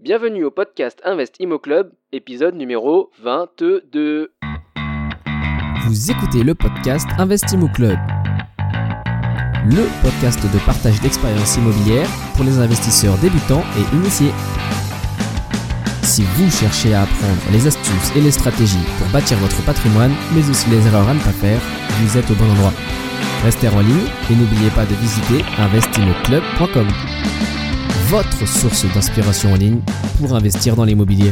Bienvenue au podcast Invest Immo Club, épisode numéro 22. Vous écoutez le podcast Invest Immo Club, le podcast de partage d'expériences immobilières pour les investisseurs débutants et initiés. Si vous cherchez à apprendre les astuces et les stratégies pour bâtir votre patrimoine, mais aussi les erreurs à ne pas faire, vous êtes au bon endroit. Restez en ligne et n'oubliez pas de visiter investimmoclub.com. Votre source d'inspiration en ligne pour investir dans l'immobilier.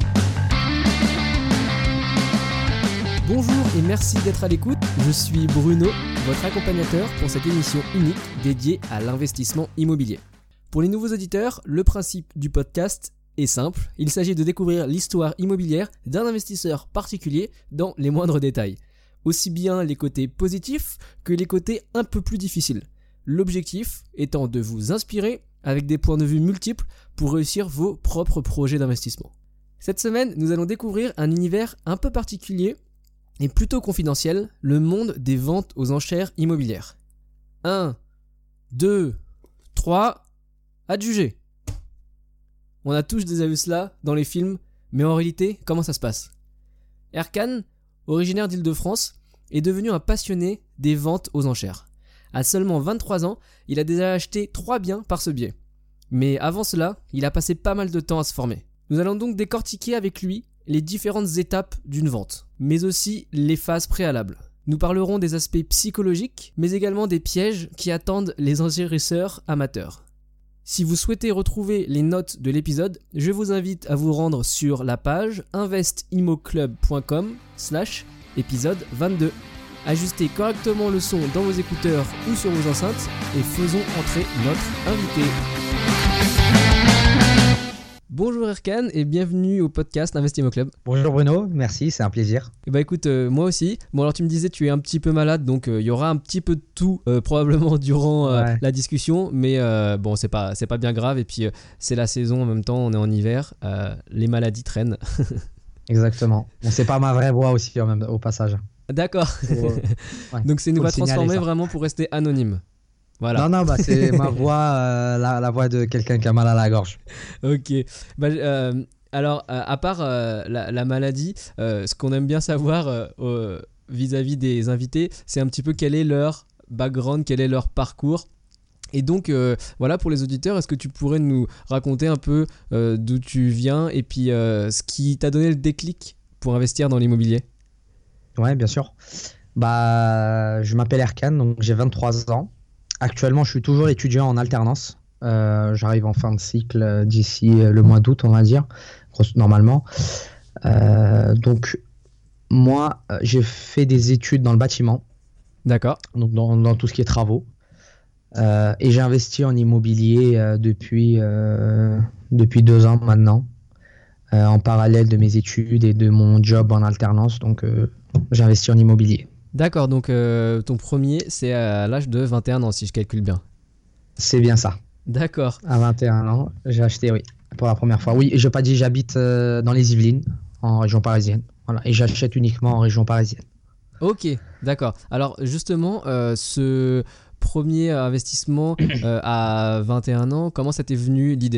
Bonjour et merci d'être à l'écoute. Je suis Bruno, votre accompagnateur pour cette émission unique dédiée à l'investissement immobilier. Pour les nouveaux auditeurs, le principe du podcast est simple. Il s'agit de découvrir l'histoire immobilière d'un investisseur particulier dans les moindres détails. Aussi bien les côtés positifs que les côtés un peu plus difficiles. L'objectif étant de vous inspirer avec des points de vue multiples pour réussir vos propres projets d'investissement. Cette semaine, nous allons découvrir un univers un peu particulier et plutôt confidentiel, le monde des ventes aux enchères immobilières. 1, 2, 3, adjugé. On a tous déjà vu cela dans les films, mais en réalité, comment ça se passe ? Erkan, originaire d'Île-de-France, est devenu un passionné des ventes aux enchères. À seulement 23 ans, il a déjà acheté 3 biens par ce biais. Mais avant cela, il a passé pas mal de temps à se former. Nous allons donc décortiquer avec lui les différentes étapes d'une vente, mais aussi les phases préalables. Nous parlerons des aspects psychologiques, mais également des pièges qui attendent les enchérisseurs amateurs. Si vous souhaitez retrouver les notes de l'épisode, je vous invite à vous rendre sur la page investimmoclub.com/épisode 22. Ajustez correctement le son dans vos écouteurs ou sur vos enceintes et faisons entrer notre invité. Bonjour Erkan et bienvenue au podcast Invest Immo Club. Bonjour Bruno, merci, c'est un plaisir. Et bah écoute, moi aussi. Bon alors tu me disais tu es un petit peu malade, donc il y aura un petit peu de tout probablement durant la discussion, mais bon c'est pas bien grave et puis c'est la saison en même temps, on est en hiver, les maladies traînent. Exactement. Bon, c'est pas ma vraie voix aussi au passage. D'accord. Donc c'est une voix transformée vraiment pour rester anonyme. Voilà. Non, c'est ma voix, la voix de quelqu'un qui a mal à la gorge. Ok. Alors, à part la maladie, ce qu'on aime bien savoir vis-à-vis des invités, c'est un petit peu quel est leur background, quel est leur parcours. Et donc, voilà, pour les auditeurs, est-ce que tu pourrais nous raconter un peu d'où tu viens et puis ce qui t'a donné le déclic pour investir dans l'immobilier ? Ouais, bien sûr. Je m'appelle Erkan, donc j'ai 23 ans. Actuellement, je suis toujours étudiant en alternance. J'arrive en fin de cycle d'ici le mois d'août, on va dire, normalement. Donc, moi, j'ai fait des études dans le bâtiment. D'accord. Donc, dans tout ce qui est travaux. Et j'ai investi en immobilier depuis 2 ans maintenant, en parallèle de mes études et de mon job en alternance. Donc, j'ai investi en immobilier. D'accord, donc ton premier, c'est à l'âge de 21 ans, si je calcule bien. C'est bien ça. D'accord. À 21 ans, j'ai acheté, oui, pour la première fois. Oui, et je n'ai pas dit, j'habite dans les Yvelines, en région parisienne. Voilà, et j'achète uniquement en région parisienne. Ok, d'accord. Alors justement, ce premier investissement à 21 ans, comment ça t'est venu l'idée ?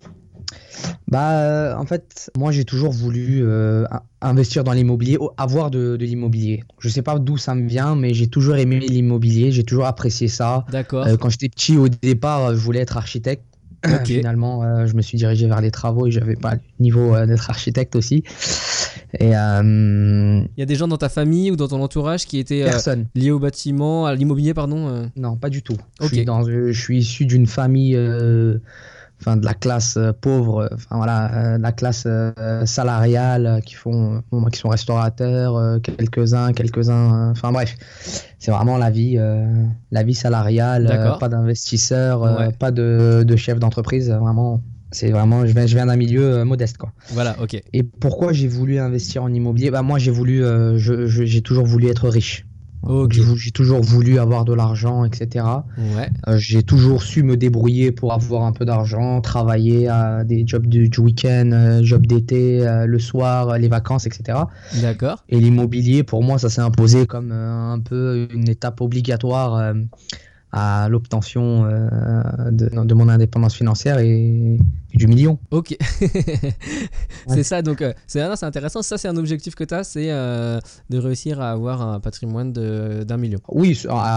En fait, moi j'ai toujours voulu investir dans l'immobilier, avoir de l'immobilier. Je sais pas d'où ça me vient, mais j'ai toujours aimé l'immobilier, j'ai toujours apprécié ça. D'accord. Quand j'étais petit, au départ, je voulais être architecte. Okay. Finalement, je me suis dirigé vers les travaux et j'avais pas le niveau d'être architecte aussi. Et il y a des gens dans ta famille ou dans ton entourage qui étaient liés au bâtiment, à l'immobilier, pardon Non, pas du tout. Okay. Je suis issu d'une famille. De la classe pauvre, la classe salariale qui sont restaurateurs, quelques-uns, bref, c'est vraiment la vie salariale, pas d'investisseurs, pas de chef d'entreprise, vraiment, je viens d'un milieu modeste, quoi. Voilà, ok. Et pourquoi j'ai voulu investir en immobilier ? Moi j'ai toujours voulu être riche. Okay. J'ai toujours voulu avoir de l'argent, etc. Ouais. J'ai toujours su me débrouiller pour avoir un peu d'argent, travailler à des jobs du week-end, jobs d'été, le soir, les vacances, etc. D'accord. Et l'immobilier, pour moi, ça s'est imposé comme un peu une étape obligatoire à l'obtention de mon indépendance financière et du million. Ok, c'est ça, donc c'est intéressant, ça c'est un objectif que tu as, c'est de réussir à avoir un patrimoine d'1 million. Oui,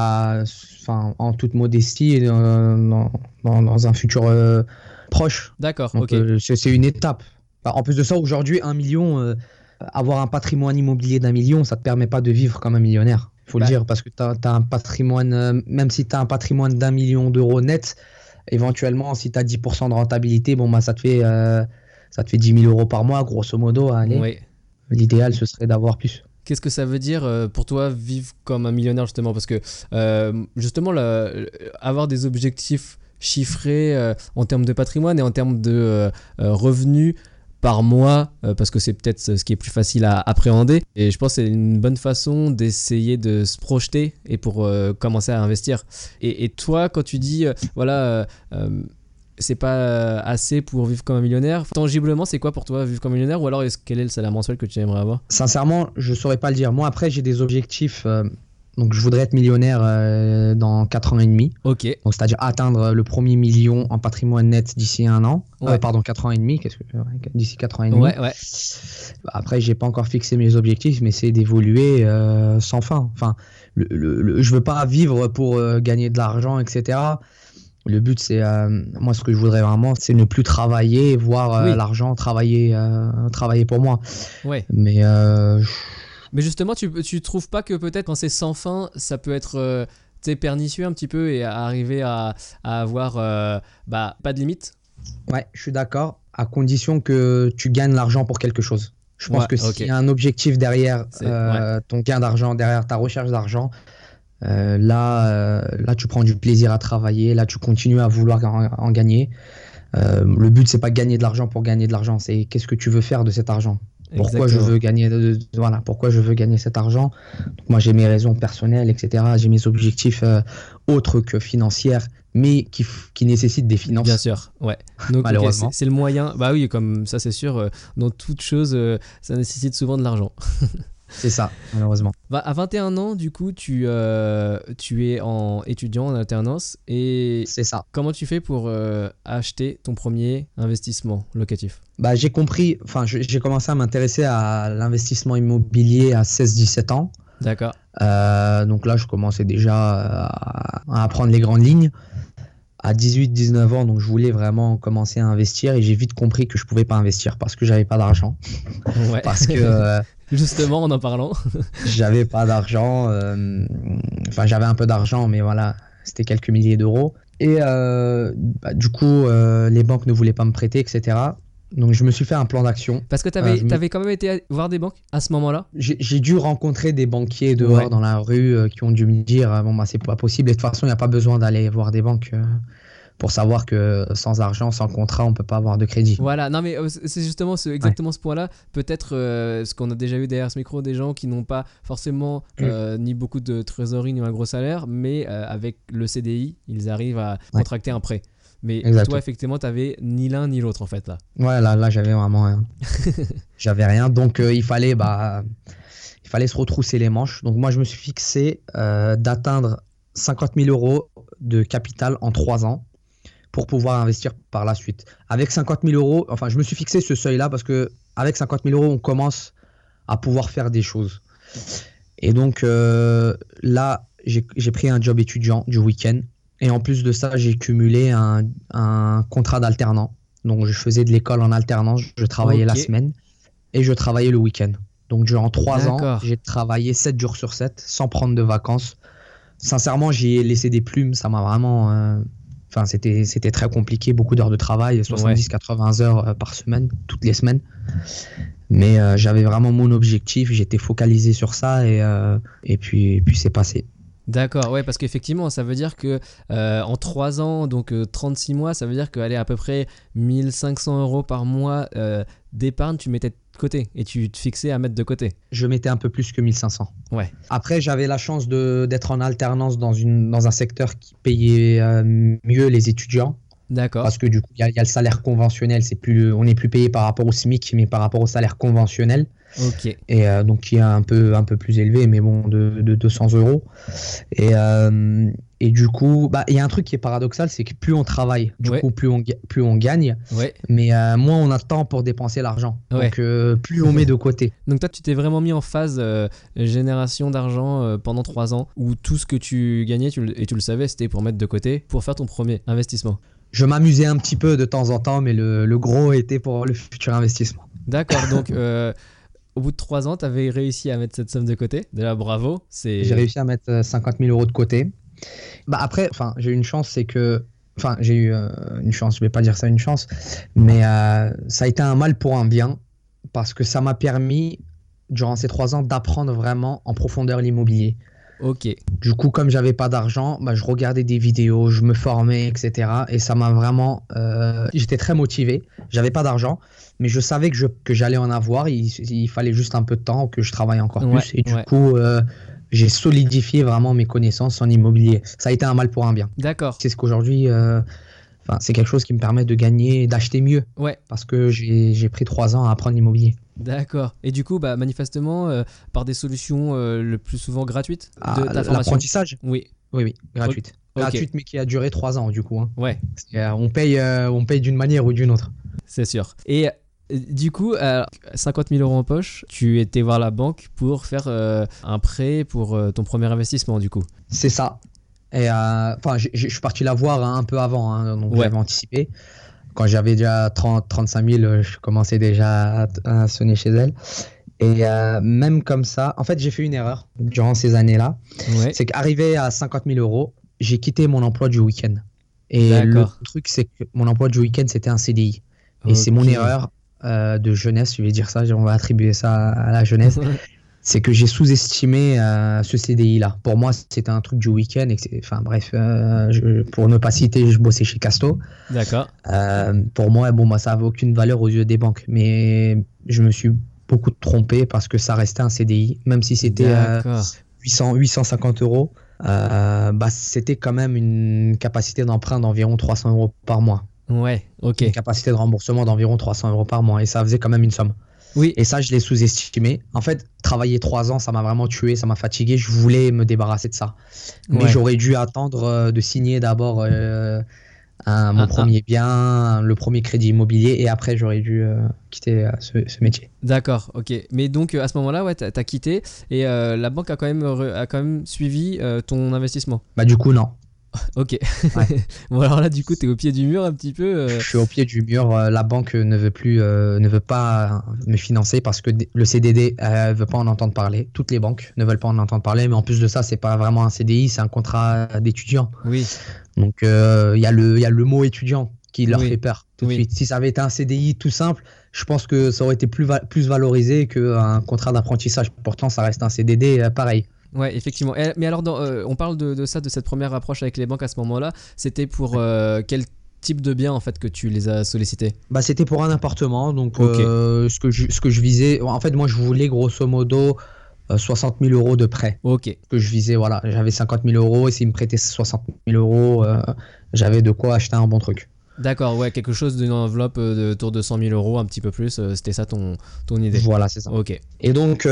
en toute modestie, dans un futur proche. D'accord, Donc, ok. c'est une étape. En plus de ça, aujourd'hui, 1 million, avoir un patrimoine immobilier d'1 million, ça ne te permet pas de vivre comme un millionnaire. Il faut le dire, parce que tu as un patrimoine, même si tu as un patrimoine d'1 million d'euros net, éventuellement, si tu as 10% de rentabilité, bon, bah, ça te fait 10 000 euros par mois, grosso modo. Allez. Oui. L'idéal, ce serait d'avoir plus. Qu'est-ce que ça veut dire pour toi vivre comme un millionnaire, justement? Parce que justement, avoir des objectifs chiffrés en termes de patrimoine et en termes de revenus par mois, parce que c'est peut-être ce qui est plus facile à appréhender. Et je pense que c'est une bonne façon d'essayer de se projeter et pour commencer à investir. Et toi, quand tu dis, c'est pas assez pour vivre comme un millionnaire, tangiblement, c'est quoi pour toi vivre comme un millionnaire? Ou alors, quel est le salaire mensuel que tu aimerais avoir? Sincèrement, je ne saurais pas le dire. Moi, après, j'ai des objectifs. Donc, je voudrais être millionnaire dans 4 ans et demi. Ok. Donc, c'est-à-dire atteindre le premier million en patrimoine net d'ici 1 an. Ouais. 4 ans et demi. D'ici 4 ans et demi. Ouais. Après, j'ai pas encore fixé mes objectifs, mais c'est d'évoluer sans fin. Enfin, je veux pas vivre pour gagner de l'argent, etc. Le but, c'est moi, ce que je voudrais vraiment, c'est ne plus travailler, voir l'argent travailler pour moi. Ouais. Mais justement, tu trouves pas que peut-être quand c'est sans fin, ça peut être pernicieux un petit peu et arriver à avoir pas de limite? Ouais, je suis d'accord, à condition que tu gagnes l'argent pour quelque chose. Je pense que s'il y a un objectif derrière ton gain d'argent, derrière ta recherche d'argent, là, tu prends du plaisir à travailler, là, tu continues à vouloir en gagner. Le but, c'est pas gagner de l'argent pour gagner de l'argent, c'est qu'est-ce que tu veux faire de cet argent. Pourquoi je veux gagner pourquoi je veux gagner cet argent. Donc moi, j'ai mes raisons personnelles, etc. J'ai mes objectifs autres que financiers, mais qui nécessitent des finances. Bien sûr, ouais. Donc, malheureusement. C'est le moyen. Bah oui, comme ça, c'est sûr. Dans toute chose, ça nécessite souvent de l'argent. C'est ça, malheureusement. À 21 ans, du coup, tu es étudiant en alternance. Et c'est ça. Comment tu fais pour acheter ton premier investissement locatif? J'ai compris, j'ai commencé à m'intéresser à l'investissement immobilier à 16-17 ans. D'accord. Donc là, je commençais déjà à apprendre les grandes lignes. À 18-19 ans, donc je voulais vraiment commencer à investir et j'ai vite compris que je pouvais pas investir parce que j'avais pas d'argent. Ouais. Parce que justement, en parlant, j'avais pas d'argent. J'avais un peu d'argent, mais voilà, c'était quelques milliers d'euros. Et du coup, les banques ne voulaient pas me prêter, etc. Donc je me suis fait un plan d'action. Parce que t'avais quand même été voir des banques à ce moment-là? J'ai dû rencontrer des banquiers dehors dans la rue qui ont dû me dire c'est pas possible. Et de toute façon, il n'y a pas besoin d'aller voir des banques pour savoir que sans argent, sans contrat, on peut pas avoir de crédit. Voilà, non mais c'est justement exactement ce point-là. Peut-être ce qu'on a déjà eu derrière ce micro, des gens qui n'ont pas forcément ni beaucoup de trésorerie ni un gros salaire, mais avec le CDI, ils arrivent à contracter un prêt. Mais toi, effectivement, tu n'avais ni l'un ni l'autre, en fait, là. Ouais, là j'avais vraiment rien. J'avais rien. Donc, il fallait se retrousser les manches. Donc, moi, je me suis fixé d'atteindre 50 000 euros de capital en 3 ans pour pouvoir investir par la suite. Avec 50 000 euros, je me suis fixé ce seuil-là parce qu'avec 50 000 euros, on commence à pouvoir faire des choses. Et donc, là, j'ai pris un job étudiant du week-end. Et en plus de ça, j'ai cumulé un contrat d'alternant. Donc, je faisais de l'école en alternance. Je travaillais la semaine et je travaillais le week-end. Donc, durant 3 ans, j'ai travaillé 7 jours sur 7 sans prendre de vacances. Sincèrement, j'y ai laissé des plumes. Ça m'a vraiment... c'était très compliqué. Beaucoup d'heures de travail, 70-80 heures par semaine, toutes les semaines. Mais j'avais vraiment mon objectif. J'étais focalisé sur ça et puis c'est passé. D'accord, ouais, parce qu'effectivement, ça veut dire que en 3 ans, donc 36 mois, ça veut dire qu'aller à peu près 1 500 euros par mois d'épargne, tu mettais de côté et tu te fixais à mettre de côté. Je mettais un peu plus que 1 500. Ouais. Après, j'avais la chance d'être en alternance dans un secteur qui payait mieux les étudiants. D'accord. Parce que du coup, il y a le salaire conventionnel. On n'est plus payé par rapport au SMIC, mais par rapport au salaire conventionnel. Ok. Et donc, qui est un peu plus élevé, mais bon, de 200 euros. Et du coup, il y a un truc qui est paradoxal, c'est que plus on travaille, du coup, plus on gagne, mais moins on a de temps pour dépenser l'argent. Donc, plus on met de côté. Donc toi, tu t'es vraiment mis en phase génération d'argent pendant 3 ans, où tout ce que tu gagnais, et tu le savais, c'était pour mettre de côté, pour faire ton premier investissement. Je m'amusais un petit peu de temps en temps, mais le gros était pour le futur investissement. D'accord, donc au bout de 3 ans, tu avais réussi à mettre cette somme de côté. Déjà, bravo. J'ai réussi à mettre 50 000 euros de côté. Après, j'ai eu une chance, c'est que... Enfin, j'ai eu une chance, je vais pas dire ça une chance, mais ça a été un mal pour un bien, parce que ça m'a permis, durant ces 3 ans, d'apprendre vraiment en profondeur l'immobilier. Ok. Du coup, comme j'avais pas d'argent, je regardais des vidéos, je me formais, etc. Et ça m'a vraiment... j'étais très motivé. J'avais pas d'argent, mais je savais que j'allais en avoir. Il fallait juste un peu de temps, que je travaille encore plus. Et du coup, j'ai solidifié vraiment mes connaissances en immobilier. Ça a été un mal pour un bien. D'accord. C'est ce qu'aujourd'hui... c'est quelque chose qui me permet de gagner, d'acheter mieux. Ouais. Parce que j'ai pris 3 ans à apprendre l'immobilier. D'accord. Et du coup, manifestement, par des solutions le plus souvent gratuites de ta formation. L'apprentissage ? Oui. Oui, gratuite. Okay. Gratuite, mais qui a duré 3 ans, du coup. Hein. Ouais. On paye d'une manière ou d'une autre. C'est sûr. Et du coup, 50 000 euros en poche, tu étais voir la banque pour faire un prêt pour ton premier investissement, du coup. C'est ça. Et je suis parti la voir un peu avant, hein, donc j'avais anticipé. Quand j'avais déjà 35 000, je commençais déjà à sonner chez elle. Et même comme ça, en fait, j'ai fait une erreur durant ces années-là. Ouais. C'est qu'arrivé à 50 000 euros, j'ai quitté mon emploi du week-end. Et le truc, c'est que mon emploi du week-end, c'était un CDI. Et c'est mon erreur de jeunesse, je vais dire ça, on va attribuer ça à la jeunesse. C'est que j'ai sous-estimé ce CDI-là. Pour moi, c'était un truc du week-end. Pour ne pas citer, je bossais chez Casto. D'accord. Pour moi, ça n'avait aucune valeur aux yeux des banques. Mais je me suis beaucoup trompé parce que ça restait un CDI. Même si c'était 850 euros, c'était quand même une capacité d'emprunt d'environ 300 euros par mois. Ouais, ok. Une capacité de remboursement d'environ 300 euros par mois. Et ça faisait quand même une somme. Oui. Et ça, je l'ai sous-estimé. En fait, travailler 3 ans, ça m'a vraiment tué, ça m'a fatigué. Je voulais me débarrasser de ça. Mais j'aurais dû attendre de signer d'abord mon premier bien, le premier crédit immobilier, et après, j'aurais dû quitter ce métier. D'accord, ok. Mais donc, à ce moment-là, t'as quitté, et la banque a quand même suivi ton investissement. Du coup, non. Ok. Ouais. Bon, alors là, du coup, t'es au pied du mur un petit peu. Je suis au pied du mur. La banque ne veut pas me financer parce que le CDD ne veut pas en entendre parler. Toutes les banques ne veulent pas en entendre parler. Mais en plus de ça, c'est pas vraiment un CDI, c'est un contrat d'étudiant. Oui. Donc, il y a le mot étudiant qui leur fait peur tout de suite. Si ça avait été un CDI tout simple, je pense que ça aurait été plus valorisé qu'un contrat d'apprentissage. Pourtant, ça reste un CDD pareil. Ouais, effectivement. Mais alors, on parle de ça, de cette première approche avec les banques à ce moment-là. C'était pour quel type de bien en fait que tu les as sollicités ? C'était pour un appartement. Donc, ce que je visais, en fait, moi, je voulais grosso modo 60 000 euros de prêt. Ok. Que je visais, voilà. J'avais 50 000 euros et s'ils me prêtaient 60 000 euros, j'avais de quoi acheter un bon truc. D'accord, ouais, quelque chose d'une enveloppe autour de 100 000 euros, un petit peu plus. C'était ça ton idée ? Voilà, c'est ça. Ok. Et donc,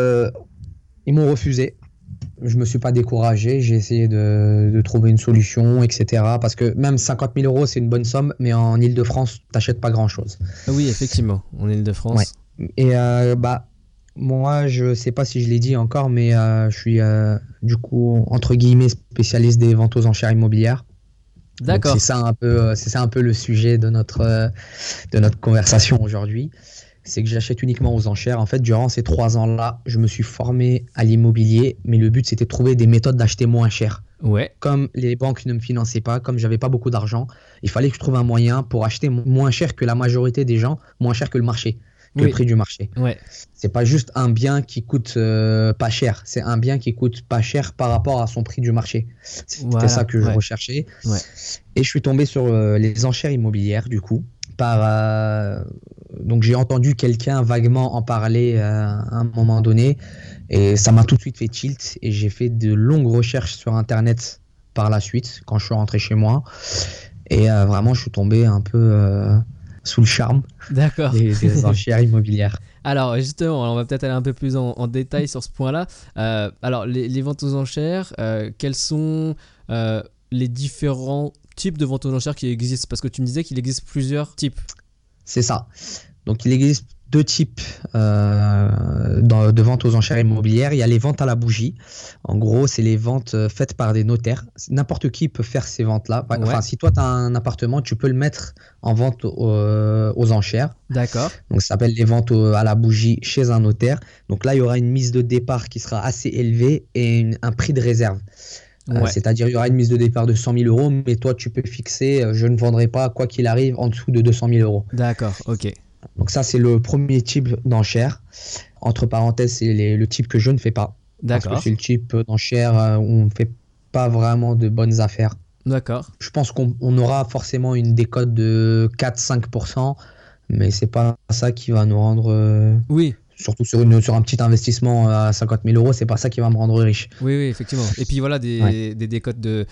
ils m'ont refusé. Je me suis pas découragé, j'ai essayé de trouver une solution, etc. Parce que même 50 000 euros, c'est une bonne somme, mais en Ile-de-France, t'achètes pas grand-chose. Oui, effectivement, en Ile-de-France. Ouais. Et moi, je sais pas si je l'ai dit encore, mais je suis du coup, entre guillemets, spécialiste des ventes aux enchères immobilières. D'accord. Donc, c'est ça un peu le sujet de notre conversation aujourd'hui. C'est que j'achète uniquement aux enchères. En fait, durant ces 3 ans-là, je me suis formé à l'immobilier, mais le but, c'était de trouver des méthodes d'acheter moins cher. Ouais. Comme les banques ne me finançaient pas, comme j'avais pas beaucoup d'argent, il fallait que je trouve un moyen pour acheter moins cher que la majorité des gens, moins cher que le marché, le prix du marché. Ouais. C'est pas juste un bien qui coûte pas cher, c'est un bien qui coûte pas cher par rapport à son prix du marché. C'était ça que je recherchais. Ouais. Et je suis tombé sur les enchères immobilières, du coup. Donc j'ai entendu quelqu'un vaguement en parler à un moment donné et ça m'a tout de suite fait tilt et j'ai fait de longues recherches sur internet par la suite quand je suis rentré chez moi Et vraiment, je suis tombé un peu sous le charme D'accord. des enchères immobilières. Alors justement, on va peut-être aller un peu plus en détail sur ce point-là. Alors les ventes aux enchères, quels sont les différents types de ventes aux enchères qui existent? Parce que tu me disais qu'il existe plusieurs types. C'est ça. Donc, il existe deux types de ventes aux enchères immobilières. Il y a les ventes à la bougie. En gros, c'est les ventes faites par des notaires. N'importe qui peut faire ces ventes-là. Enfin, Ouais. si toi, tu as un appartement, tu peux le mettre en vente aux enchères. D'accord. Donc, ça s'appelle les ventes à la bougie chez un notaire. Donc là, il y aura une mise de départ qui sera assez élevée et un prix de réserve. Ouais. C'est-à-dire, il y aura une mise de départ de 100 000 euros, mais toi, tu peux fixer, je ne vendrai pas, quoi qu'il arrive, en dessous de 200 000 euros. D'accord, ok. Donc ça, c'est le premier type d'enchère. Entre parenthèses, c'est le type que je ne fais pas. Parce que D'accord. c'est le type d'enchère où on ne fait pas vraiment de bonnes affaires. D'accord. Je pense qu'on aura forcément une décote de 4-5%, mais c'est pas ça qui va nous rendre... Oui. Surtout sur un petit investissement à 50 000 euros, c'est pas ça qui va me rendre riche. Oui, effectivement. Et puis voilà, des décotes de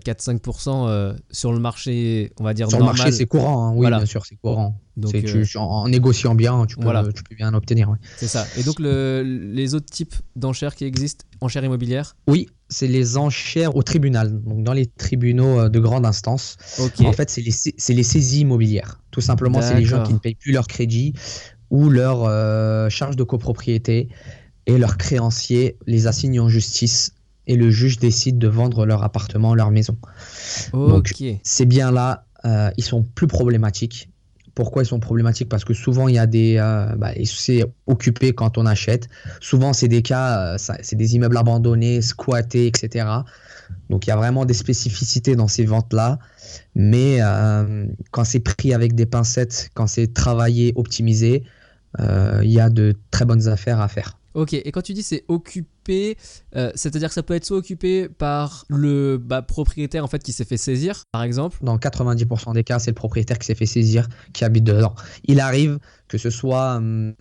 4-5% sur le marché, on va dire Sur normal. le marché, c'est courant. Hein. Oui, Voilà. bien sûr, c'est courant. Donc, En négociant bien, tu voilà. peux bien obtenir. Ouais. C'est ça. Et donc, les autres types d'enchères qui existent, enchères immobilières? Oui, c'est les enchères au tribunal, donc dans les tribunaux de grande instance. Ok. En fait, c'est les saisies immobilières. Tout simplement, c'est les gens qui ne payent plus leur crédit ou leur charge de copropriété et leurs créanciers les assignent en justice et le juge décide de vendre leur appartement, leur maison. Ok. Donc, ces biens-là, ils sont plus problématiques. Pourquoi ils sont problématiques? Parce que souvent, il y a c'est occupé quand on achète. Souvent, c'est des cas, c'est des immeubles abandonnés, squattés, etc. Donc, il y a vraiment des spécificités dans ces ventes-là. Mais quand c'est pris avec des pincettes, quand c'est travaillé, optimisé, il y a de très bonnes affaires à faire. Ok, et quand tu dis c'est occupé, c'est-à-dire que ça peut être soit occupé par le propriétaire en fait qui s'est fait saisir, par exemple. Dans 90% des cas, c'est le propriétaire qui s'est fait saisir, qui habite dedans. Il arrive que ce soit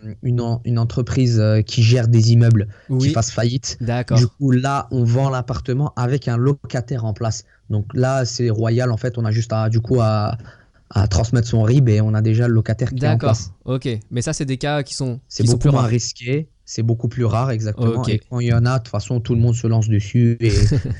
une entreprise qui gère des immeubles qui fasse faillite. D'accord. Du coup, là, on vend l'appartement avec un locataire en place. Donc là, c'est royal. En fait, on a juste à transmettre son RIB et on a déjà le locataire qui est en place. D'accord, ok. Mais ça, c'est des cas qui sont beaucoup moins risqués. C'est beaucoup plus rare, exactement. Okay. Et quand il y en a, de toute façon, tout le monde se lance dessus. Et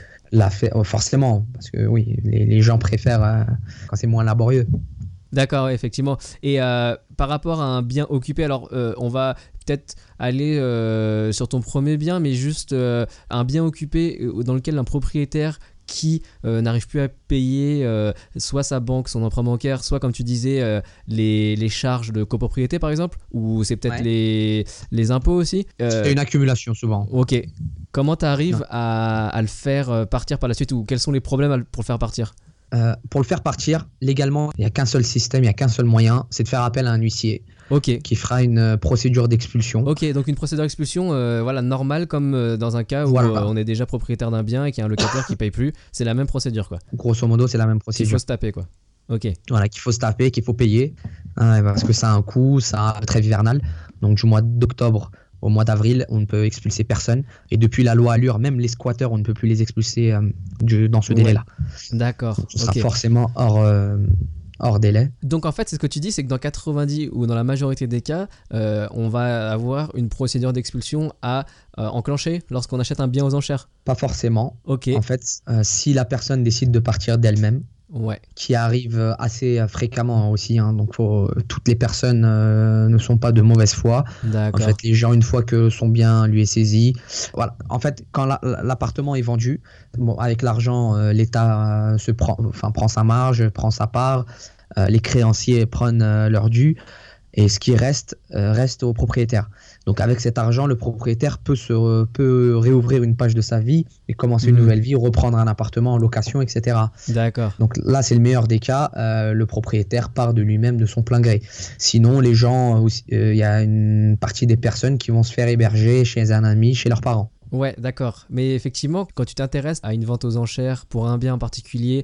forcément, parce que oui, les gens préfèrent quand c'est moins laborieux. D'accord, ouais, effectivement. Et par rapport à un bien occupé, alors on va peut-être aller sur ton premier bien, mais juste un bien occupé dans lequel un propriétaire qui n'arrive plus à payer soit sa banque, son emprunt bancaire, soit comme tu disais les charges de copropriété par exemple, ou c'est peut-être les impôts aussi. C'est une accumulation souvent. Ok. Comment tu arrives à le faire partir par la suite, ou quels sont les problèmes pour le faire partir? Pour le faire partir, légalement, il n'y a qu'un seul système, il n'y a qu'un seul moyen, c'est de faire appel à un huissier. Qui fera une procédure d'expulsion. Ok, donc une procédure d'expulsion normale, comme dans un cas où on est déjà propriétaire d'un bien et qu'il y a un locataire qui paye plus. C'est la même procédure, quoi. Grosso modo, c'est la même procédure. Qu'il faut se taper, quoi. Ok. Voilà, qu'il faut se taper, qu'il faut payer, parce que ça a un coût, ça a trêve hivernale. Donc du mois d'octobre au mois d'avril, on ne peut expulser personne. Et depuis la loi Allure, même les squatteurs, on ne peut plus les expulser dans ce délai-là. D'accord. Donc, ce sera forcément hors délai. Donc en fait, c'est ce que tu dis, c'est que dans 90 ou dans la majorité des cas, on va avoir une procédure d'expulsion à enclencher lorsqu'on achète un bien aux enchères. Pas forcément. Ok. En fait, si la personne décide de partir d'elle-même, qui arrive assez fréquemment aussi, hein, donc toutes les personnes ne sont pas de mauvaise foi. D'accord. En fait, les gens, une fois que son bien lui est saisi, voilà. En fait, quand l'appartement est vendu, avec l'argent, l'État prend sa marge, prend sa part, les créanciers prennent leur dû, et ce qui reste au propriétaire. Donc avec cet argent, le propriétaire peut réouvrir une page de sa vie et commencer une nouvelle vie, reprendre un appartement en location, etc. D'accord. Donc là, c'est le meilleur des cas. Le propriétaire part de lui-même de son plein gré. Sinon, les gens, il y a une partie des personnes qui vont se faire héberger chez un ami, chez leurs parents. Ouais, d'accord. Mais effectivement, quand tu t'intéresses à une vente aux enchères pour un bien en particulier,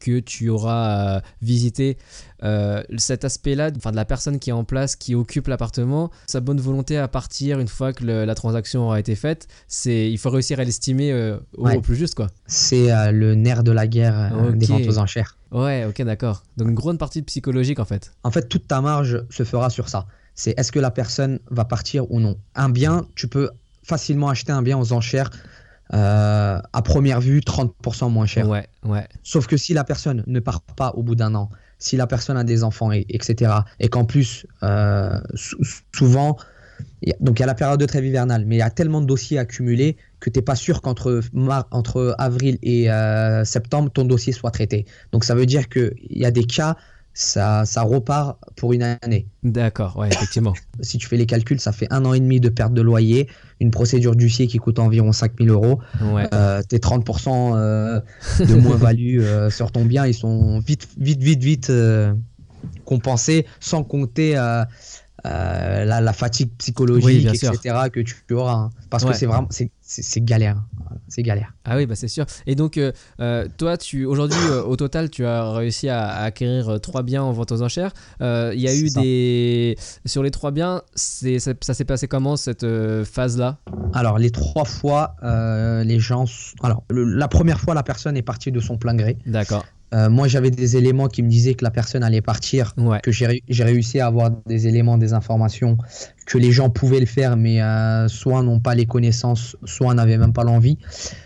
que tu auras visité, cet aspect-là, enfin de la personne qui est en place, qui occupe l'appartement, sa bonne volonté à partir une fois que la transaction aura été faite, il faut réussir à l'estimer au plus juste, quoi. C'est le nerf de la guerre des ventes aux enchères. Ouais, ok, d'accord. Donc une grande partie psychologique en fait. En fait, toute ta marge se fera sur ça. C'est est-ce que la personne va partir ou non. Un bien, tu peux facilement acheter un bien aux enchères à première vue 30% moins cher. Ouais. Sauf que si la personne ne part pas au bout d'un an, si la personne a des enfants, etc., et qu'en plus, souvent, donc il y a la période de trêve hivernale, mais il y a tellement de dossiers accumulés que tu n'es pas sûr qu'entre avril et septembre, ton dossier soit traité. Donc ça veut dire qu'il y a des cas, ça repart pour une année. D'accord, ouais, effectivement. Si tu fais les calculs, ça fait 1 an et demi de perte de loyer, une procédure d'huissier qui coûte environ 5 000 €. Ouais. Tes 30% de moins-value sur ton bien, ils sont vite compensés, sans compter la fatigue psychologique, etc. que tu auras. Hein. Parce que c'est vraiment c'est galère. C'est galère. Ah oui, bah c'est sûr. Et donc, toi, aujourd'hui, au total, tu as réussi à acquérir 3 biens en vente aux enchères. Il y a eu sur les 3 biens, ça s'est passé comment cette phase-là ? Alors, les 3 fois, les gens. Alors, la première fois, la personne est partie de son plein gré. D'accord. Moi, j'avais des éléments qui me disaient que la personne allait partir, que j'ai réussi à avoir des éléments, des informations, que les gens pouvaient le faire, mais soit n'ont pas les connaissances, soit n'avaient même pas l'envie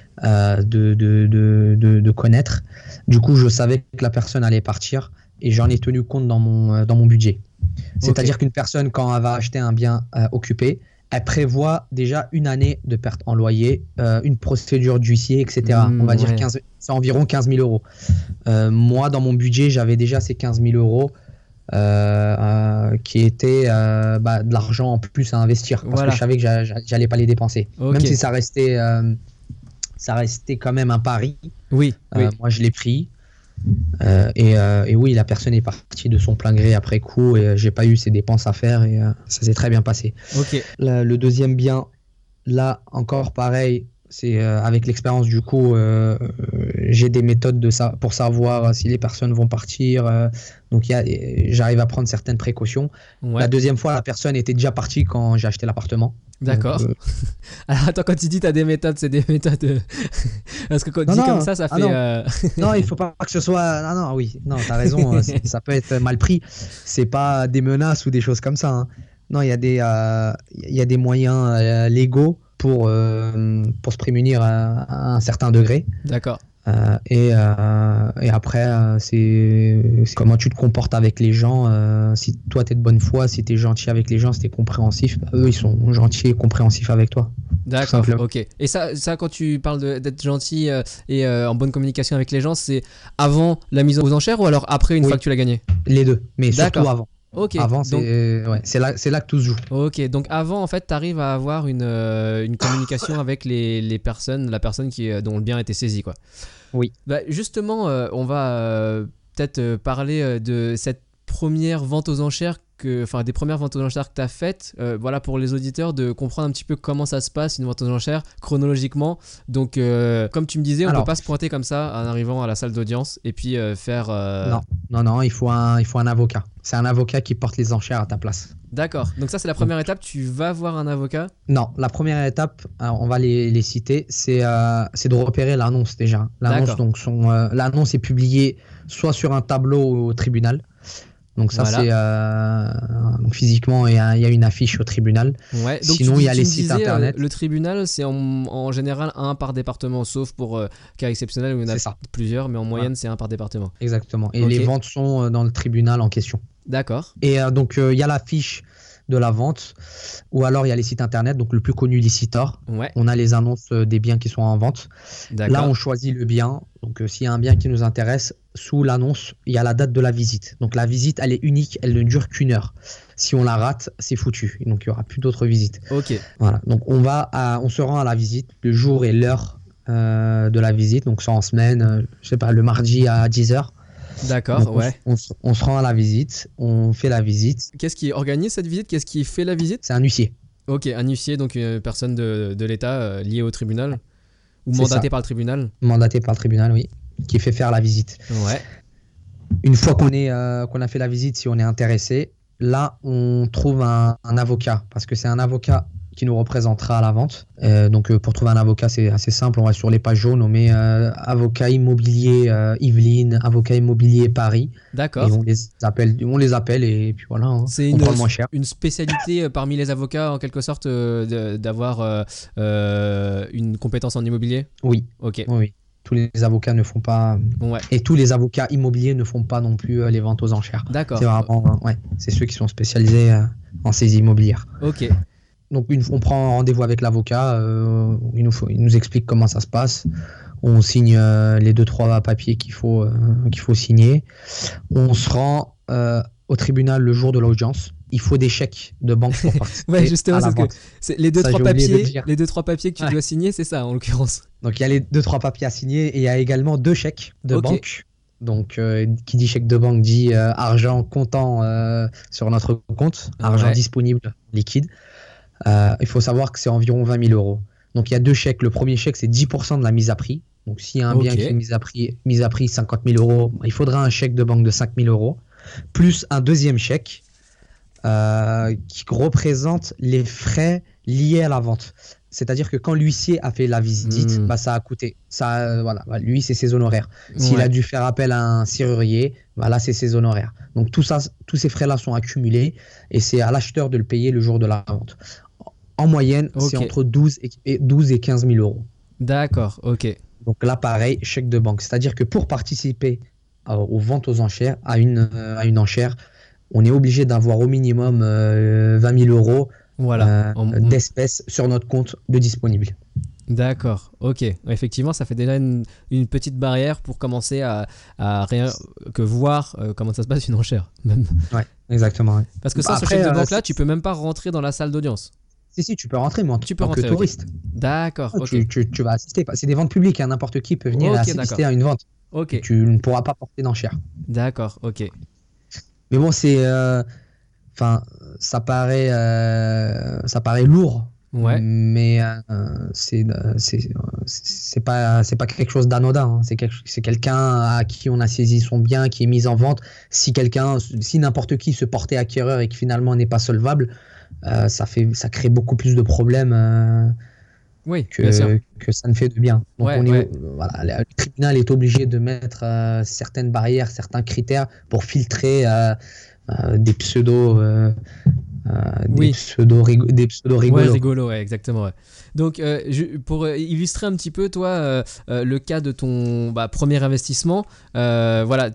de connaître. Du coup, je savais que la personne allait partir et j'en ai tenu compte dans mon budget. C'est-à-dire qu'une personne, quand elle va acheter un bien occupé, elle prévoit déjà une année de perte en loyer, une procédure d'huissier, etc. On va dire c'est environ 15 000 €. Moi, dans mon budget, j'avais déjà ces 15 000 € qui étaient de l'argent en plus à investir. Parce que je savais que j'allais pas les dépenser. Même si ça restait quand même un pari. Oui. Moi, je l'ai pris. Et oui, la personne est partie de son plein gré après coup et j'ai pas eu ses dépenses à faire et ça s'est très bien passé. Le deuxième bien, là encore pareil, c'est avec l'expérience du coup, j'ai des méthodes pour savoir si les personnes vont partir. Donc j'arrive à prendre certaines précautions. La deuxième fois, la personne était déjà partie quand j'ai acheté l'appartement. D'accord. Donc, alors attends, quand tu dis t'as des méthodes, c'est des méthodes parce que quand tu dis comme ça fait non, il faut pas que ce soit non, t'as raison, ça peut être mal pris. C'est pas des menaces ou des choses comme ça, hein. Non, il y a des moyens légaux pour se prémunir à un certain degré. D'accord. Et après, c'est comment tu te comportes avec les gens. Si toi, tu es de bonne foi, si tu es gentil avec les gens, si tu es compréhensif, eux, ils sont gentils et compréhensifs avec toi. D'accord, ok. Et ça, quand tu parles d'être gentil et en bonne communication avec les gens, c'est avant la mise aux enchères ou alors après, une fois que tu l'as gagné ? Les deux, mais surtout avant. Ok. Avant, c'est là que tout se joue. Ok, donc avant, en fait, tu arrives à avoir une communication avec la personne dont le bien a été saisi, quoi. Oui. Bah, justement, on va peut-être parler de cette première vente aux enchères, des premières ventes aux enchères que tu as faites, voilà, pour les auditeurs, de comprendre un petit peu comment ça se passe, une vente aux enchères, chronologiquement. Donc, comme tu me disais, on ne peut pas se pointer comme ça en arrivant à la salle d'audience et puis faire... Non, il faut un avocat. C'est un avocat qui porte les enchères à ta place. D'accord. Donc ça, c'est la première étape. Tu vas voir un avocat ? Non, la première étape, on va les citer, c'est de repérer l'annonce déjà. L'annonce, donc l'annonce est publiée soit sur un tableau au tribunal. Donc ça, c'est donc physiquement, il y a une affiche au tribunal. Ouais, donc sinon, il y a les sites internet. Le tribunal, c'est en général un par département, sauf pour cas exceptionnels où il y en a plusieurs, mais en moyenne, c'est un par département. Exactement. Et les ventes sont dans le tribunal en question. D'accord. Et donc, il y a la fiche de la vente, ou alors il y a les sites internet, donc le plus connu, Licitor. Ouais. On a les annonces des biens qui sont en vente. D'accord. Là, on choisit le bien. Donc, s'il y a un bien qui nous intéresse, sous l'annonce, il y a la date de la visite. Donc, la visite, elle est unique, elle ne dure qu'1 heure. Si on la rate, c'est foutu. Donc, il n'y aura plus d'autres visites. Ok. Voilà. Donc, on se rend à la visite, le jour et l'heure de la visite. Donc, soit en semaine, je sais pas, le mardi à 10h. D'accord, donc on se rend à la visite, on fait la visite. Qu'est-ce qui organise cette visite ? Qu'est-ce qui fait la visite ? C'est un huissier. Ok, un huissier, donc une personne de l'État liée au tribunal ou mandatée par le tribunal ? Mandatée par le tribunal, oui. qui fait faire la visite. Ouais. Une fois qu'on a fait la visite, si on est intéressé, là, on trouve un avocat, parce que c'est un avocat qui nous représentera à la vente. Donc, pour trouver un avocat, c'est assez simple. On va sur les pages jaunes, on met avocat immobilier Yvelines, avocat immobilier Paris. D'accord. Et on les appelle et puis voilà, hein, C'est on prend le moins cher. une spécialité parmi les avocats, en quelque sorte, d'avoir une compétence en immobilier? Oui. Ok. Oui. Tous les avocats ne font pas, Ouais. et tous les avocats immobiliers ne font pas non plus les ventes aux enchères. D'accord. C'est vraiment, c'est ceux qui sont spécialisés en saisie immobilière. Ok. Donc on prend rendez-vous avec l'avocat, il nous explique comment ça se passe. On signe les 2-3 papiers qu'il faut signer. On se rend au tribunal le jour de l'audience. Il faut des chèques de banque pour participer Ouais, justement, à la c'est vente. c'est les deux Ça, trois j'ai oublié de papiers, dire. les 2-3 papiers que tu dois signer, c'est ça en l'occurrence. Donc il y a les 2-3 papiers à signer et il y a également 2 chèques de Ok. banque. Donc qui dit chèque de banque dit argent comptant sur notre compte, argent Ouais. disponible, liquide. Il faut savoir que c'est environ 20 000 euros. Donc il y a 2 chèques. Le premier chèque, c'est 10% de la mise à prix. Donc s'il y a un bien Ok. qui est mise à prix 50 000 euros, il faudra un chèque de banque de 5 000 euros, plus un deuxième chèque qui représente les frais liés à la vente. C'est-à-dire que quand l'huissier a fait la visite, ça a coûté. Lui, c'est ses honoraires. S'il Ouais. a dû faire appel à un serrurier, là, c'est ses honoraires. Donc tous ces frais-là sont accumulés et c'est à l'acheteur de le payer le jour de la vente. En moyenne, c'est Ok. entre 12 et 15 000 euros. D'accord. Ok. Donc là, pareil, chèque de banque. C'est-à-dire que pour participer aux ventes aux enchères, à une enchère, on est obligé d'avoir au minimum 20 000 euros Voilà. d'espèces sur notre compte de disponible. D'accord, ok. Effectivement, ça fait déjà une petite barrière pour commencer à rien que voir comment ça se passe une enchère. Même. Ouais, exactement. Ouais. Parce que sans ce chèque de banque-là, tu peux même pas rentrer dans la salle d'audience. Si, tu peux rentrer, mais en Tu peux tant que rentrer, ok. touriste. D'accord, ok. Tu vas assister. C'est des ventes publiques, hein, n'importe qui peut venir Ok, assister d'accord. à une vente. Ok, Tu ne pourras pas porter d'enchère. d'accord, ok. Mais bon, ça paraît lourd. Ouais. Mais c'est pas quelque chose d'anodin, hein. C'est quelqu'un à qui on a saisi son bien, qui est mis en vente. Si n'importe qui se portait acquéreur et qui finalement n'est pas solvable, ça crée beaucoup plus de problèmes Oui, bien sûr. que ça ne fait de bien. Donc Ouais, le tribunal est obligé de mettre certaines barrières, certains critères pour filtrer des pseudo rigolos. Ouais, rigolo, ouais, exactement. Ouais. Donc, pour illustrer un petit peu, toi, le cas de ton premier investissement, voilà,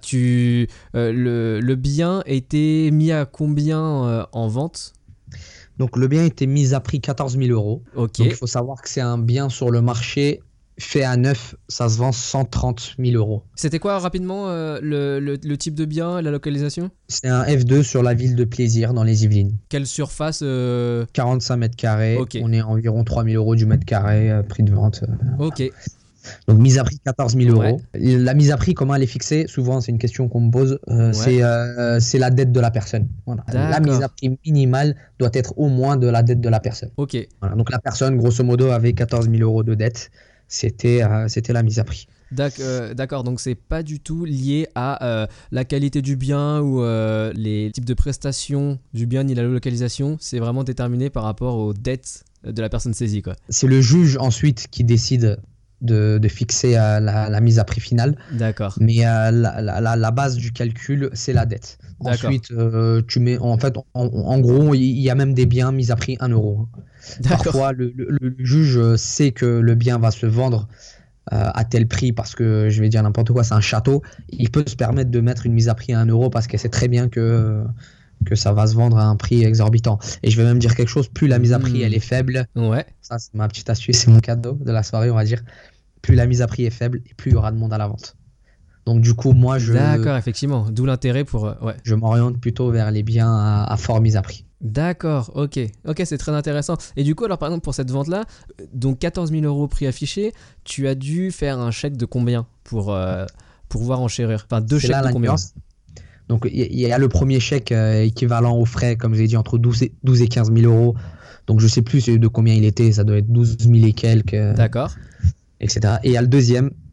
le bien était mis à combien en vente? Donc le bien était mis à prix 14 000 euros. Ok. Donc il faut savoir que c'est un bien sur le marché fait à neuf, ça se vend 130 000 euros. C'était quoi rapidement le type de bien, la localisation? C'est un F2 sur la ville de Plaisir dans les Yvelines. Quelle surface 45 mètres carrés, Ok. on est à environ 3 000 euros du mètre carré, prix de vente. Ok. Donc mise à prix 14 000 Ouais. euros. La mise à prix, comment elle est fixée? Souvent, c'est une question qu'on me pose. C'est la dette de la personne. Voilà. La D'accord. mise à prix minimale doit être au moins de la dette de la personne. Ok. Voilà. Donc la personne, grosso modo, avait 14 000 euros de dette. C'était la mise à prix. D'accord, donc c'est pas du tout lié à la qualité du bien ou les types de prestations du bien ni la localisation, c'est vraiment déterminé par rapport aux dettes de la personne saisie, quoi. C'est le juge ensuite qui décide de fixer la mise à prix finale. D'accord. Mais la base du calcul, c'est la dette. D'accord. Ensuite, tu mets, en fait, en gros, il y a même des biens mis à prix 1 euro. D'accord. Parfois, le juge sait que le bien va se vendre à tel prix parce que, je vais dire n'importe quoi, c'est un château. Il peut se permettre de mettre une mise à prix à 1 euro parce qu'elle sait très bien que ça va se vendre à un prix exorbitant. Et je vais même dire quelque chose, plus la mise à prix elle est faible, Ouais. ça c'est ma petite astuce, c'est mon cadeau de la soirée, on va dire, plus la mise à prix est faible et plus il y aura de monde à la vente. Donc du coup, moi D'accord, effectivement. D'où l'intérêt pour. Ouais. je m'oriente plutôt vers les biens à fort mise à prix. D'accord, ok. Ok, c'est très intéressant. Et du coup, alors par exemple, pour cette vente-là, donc 14 000 euros prix affiché, tu as dû faire un chèque de combien pour pouvoir enchérir? Enfin, deux C'est chèques là de la combien? nuance. Donc il y a le premier chèque équivalent aux frais, comme je l'ai dit, entre 12 et 15 000 euros. Donc je sais plus de combien il était, ça doit être 12 000 et quelques, D'accord. etc. Et il y a le deuxième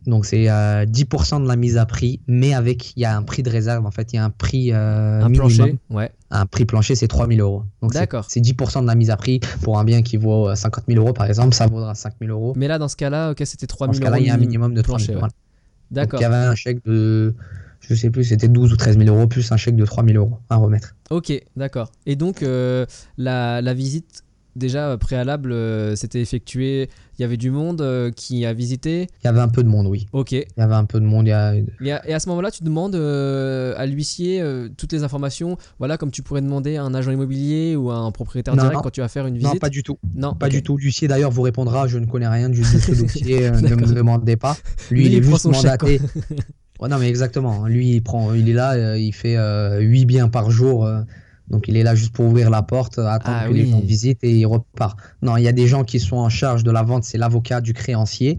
Donc c'est 10% de la mise à prix, mais il y a un prix de réserve. En fait, il y a un prix Un minimum. plancher, ouais. Un prix plancher, c'est 3 000 euros. Donc D'accord. c'est 10% de la mise à prix. Pour un bien qui vaut 50 000 euros, par exemple, ça vaudra 5 000 euros. Mais là, dans ce cas-là, ok, c'était 3 Dans 000 ce euros cas-là, il y a un minimum de 3 plancher, 000 ouais. euros. Donc D'accord. il y avait un chèque de, je sais plus, c'était 12 ou 13 000 euros, plus un chèque de 3 000 euros à remettre. Ok, d'accord. Et donc, la visite, déjà préalable, c'était effectuée. Il y avait du monde qui a visité. Il y avait un peu de monde, oui. Ok. Il y avait un peu de monde. Et à ce moment-là, tu demandes à l'huissier toutes les informations, voilà, comme tu pourrais demander à un agent immobilier ou à un propriétaire Non, direct non. quand tu vas faire une visite. Non, pas du tout. Non, Pas ok. du tout. L'huissier d'ailleurs vous répondra, je ne connais rien du ce dossier, ne D'accord. me demandez pas. Lui, Lui, il est il prend juste son chèque, mandaté. Ouais, non, mais exactement. Lui, il est là, il fait 8 biens par jour. Donc il est là juste pour ouvrir la porte, attendre Ah que les oui. gens visitent et il repart. Non, il y a des gens qui sont en charge de la vente, c'est l'avocat du créancier.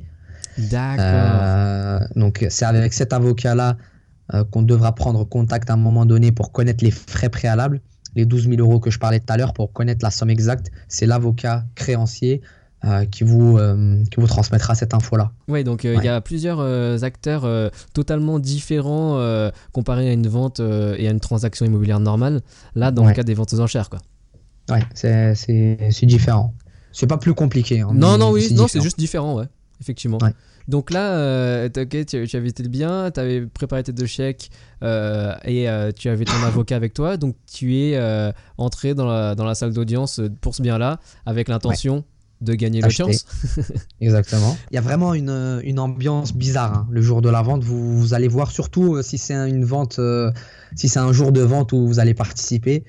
D'accord. Donc c'est avec cet avocat-là qu'on devra prendre contact à un moment donné pour connaître les frais préalables. Les 12 000 euros que je parlais tout à l'heure, pour connaître la somme exacte, c'est l'avocat créancier qui vous transmettra cette info-là. Oui, donc il y a plusieurs acteurs totalement différents comparés à une vente et à une transaction immobilière normale. Là, dans le cas des ventes aux enchères, quoi. Ouais, c'est différent. C'est pas plus compliqué. Hein, non, c'est c'est juste différent, ouais, effectivement. Ouais. Donc là, ok, tu as visité le bien, tu avais préparé tes 2 chèques et tu avais ton avocat avec toi. Donc tu es entré dans la salle d'audience pour ce bien-là avec l'intention de gagner l'audience. Exactement. Il y a vraiment une ambiance bizarre hein. Le jour de la vente, vous allez voir, surtout si c'est une vente, si c'est un jour de vente où vous allez participer.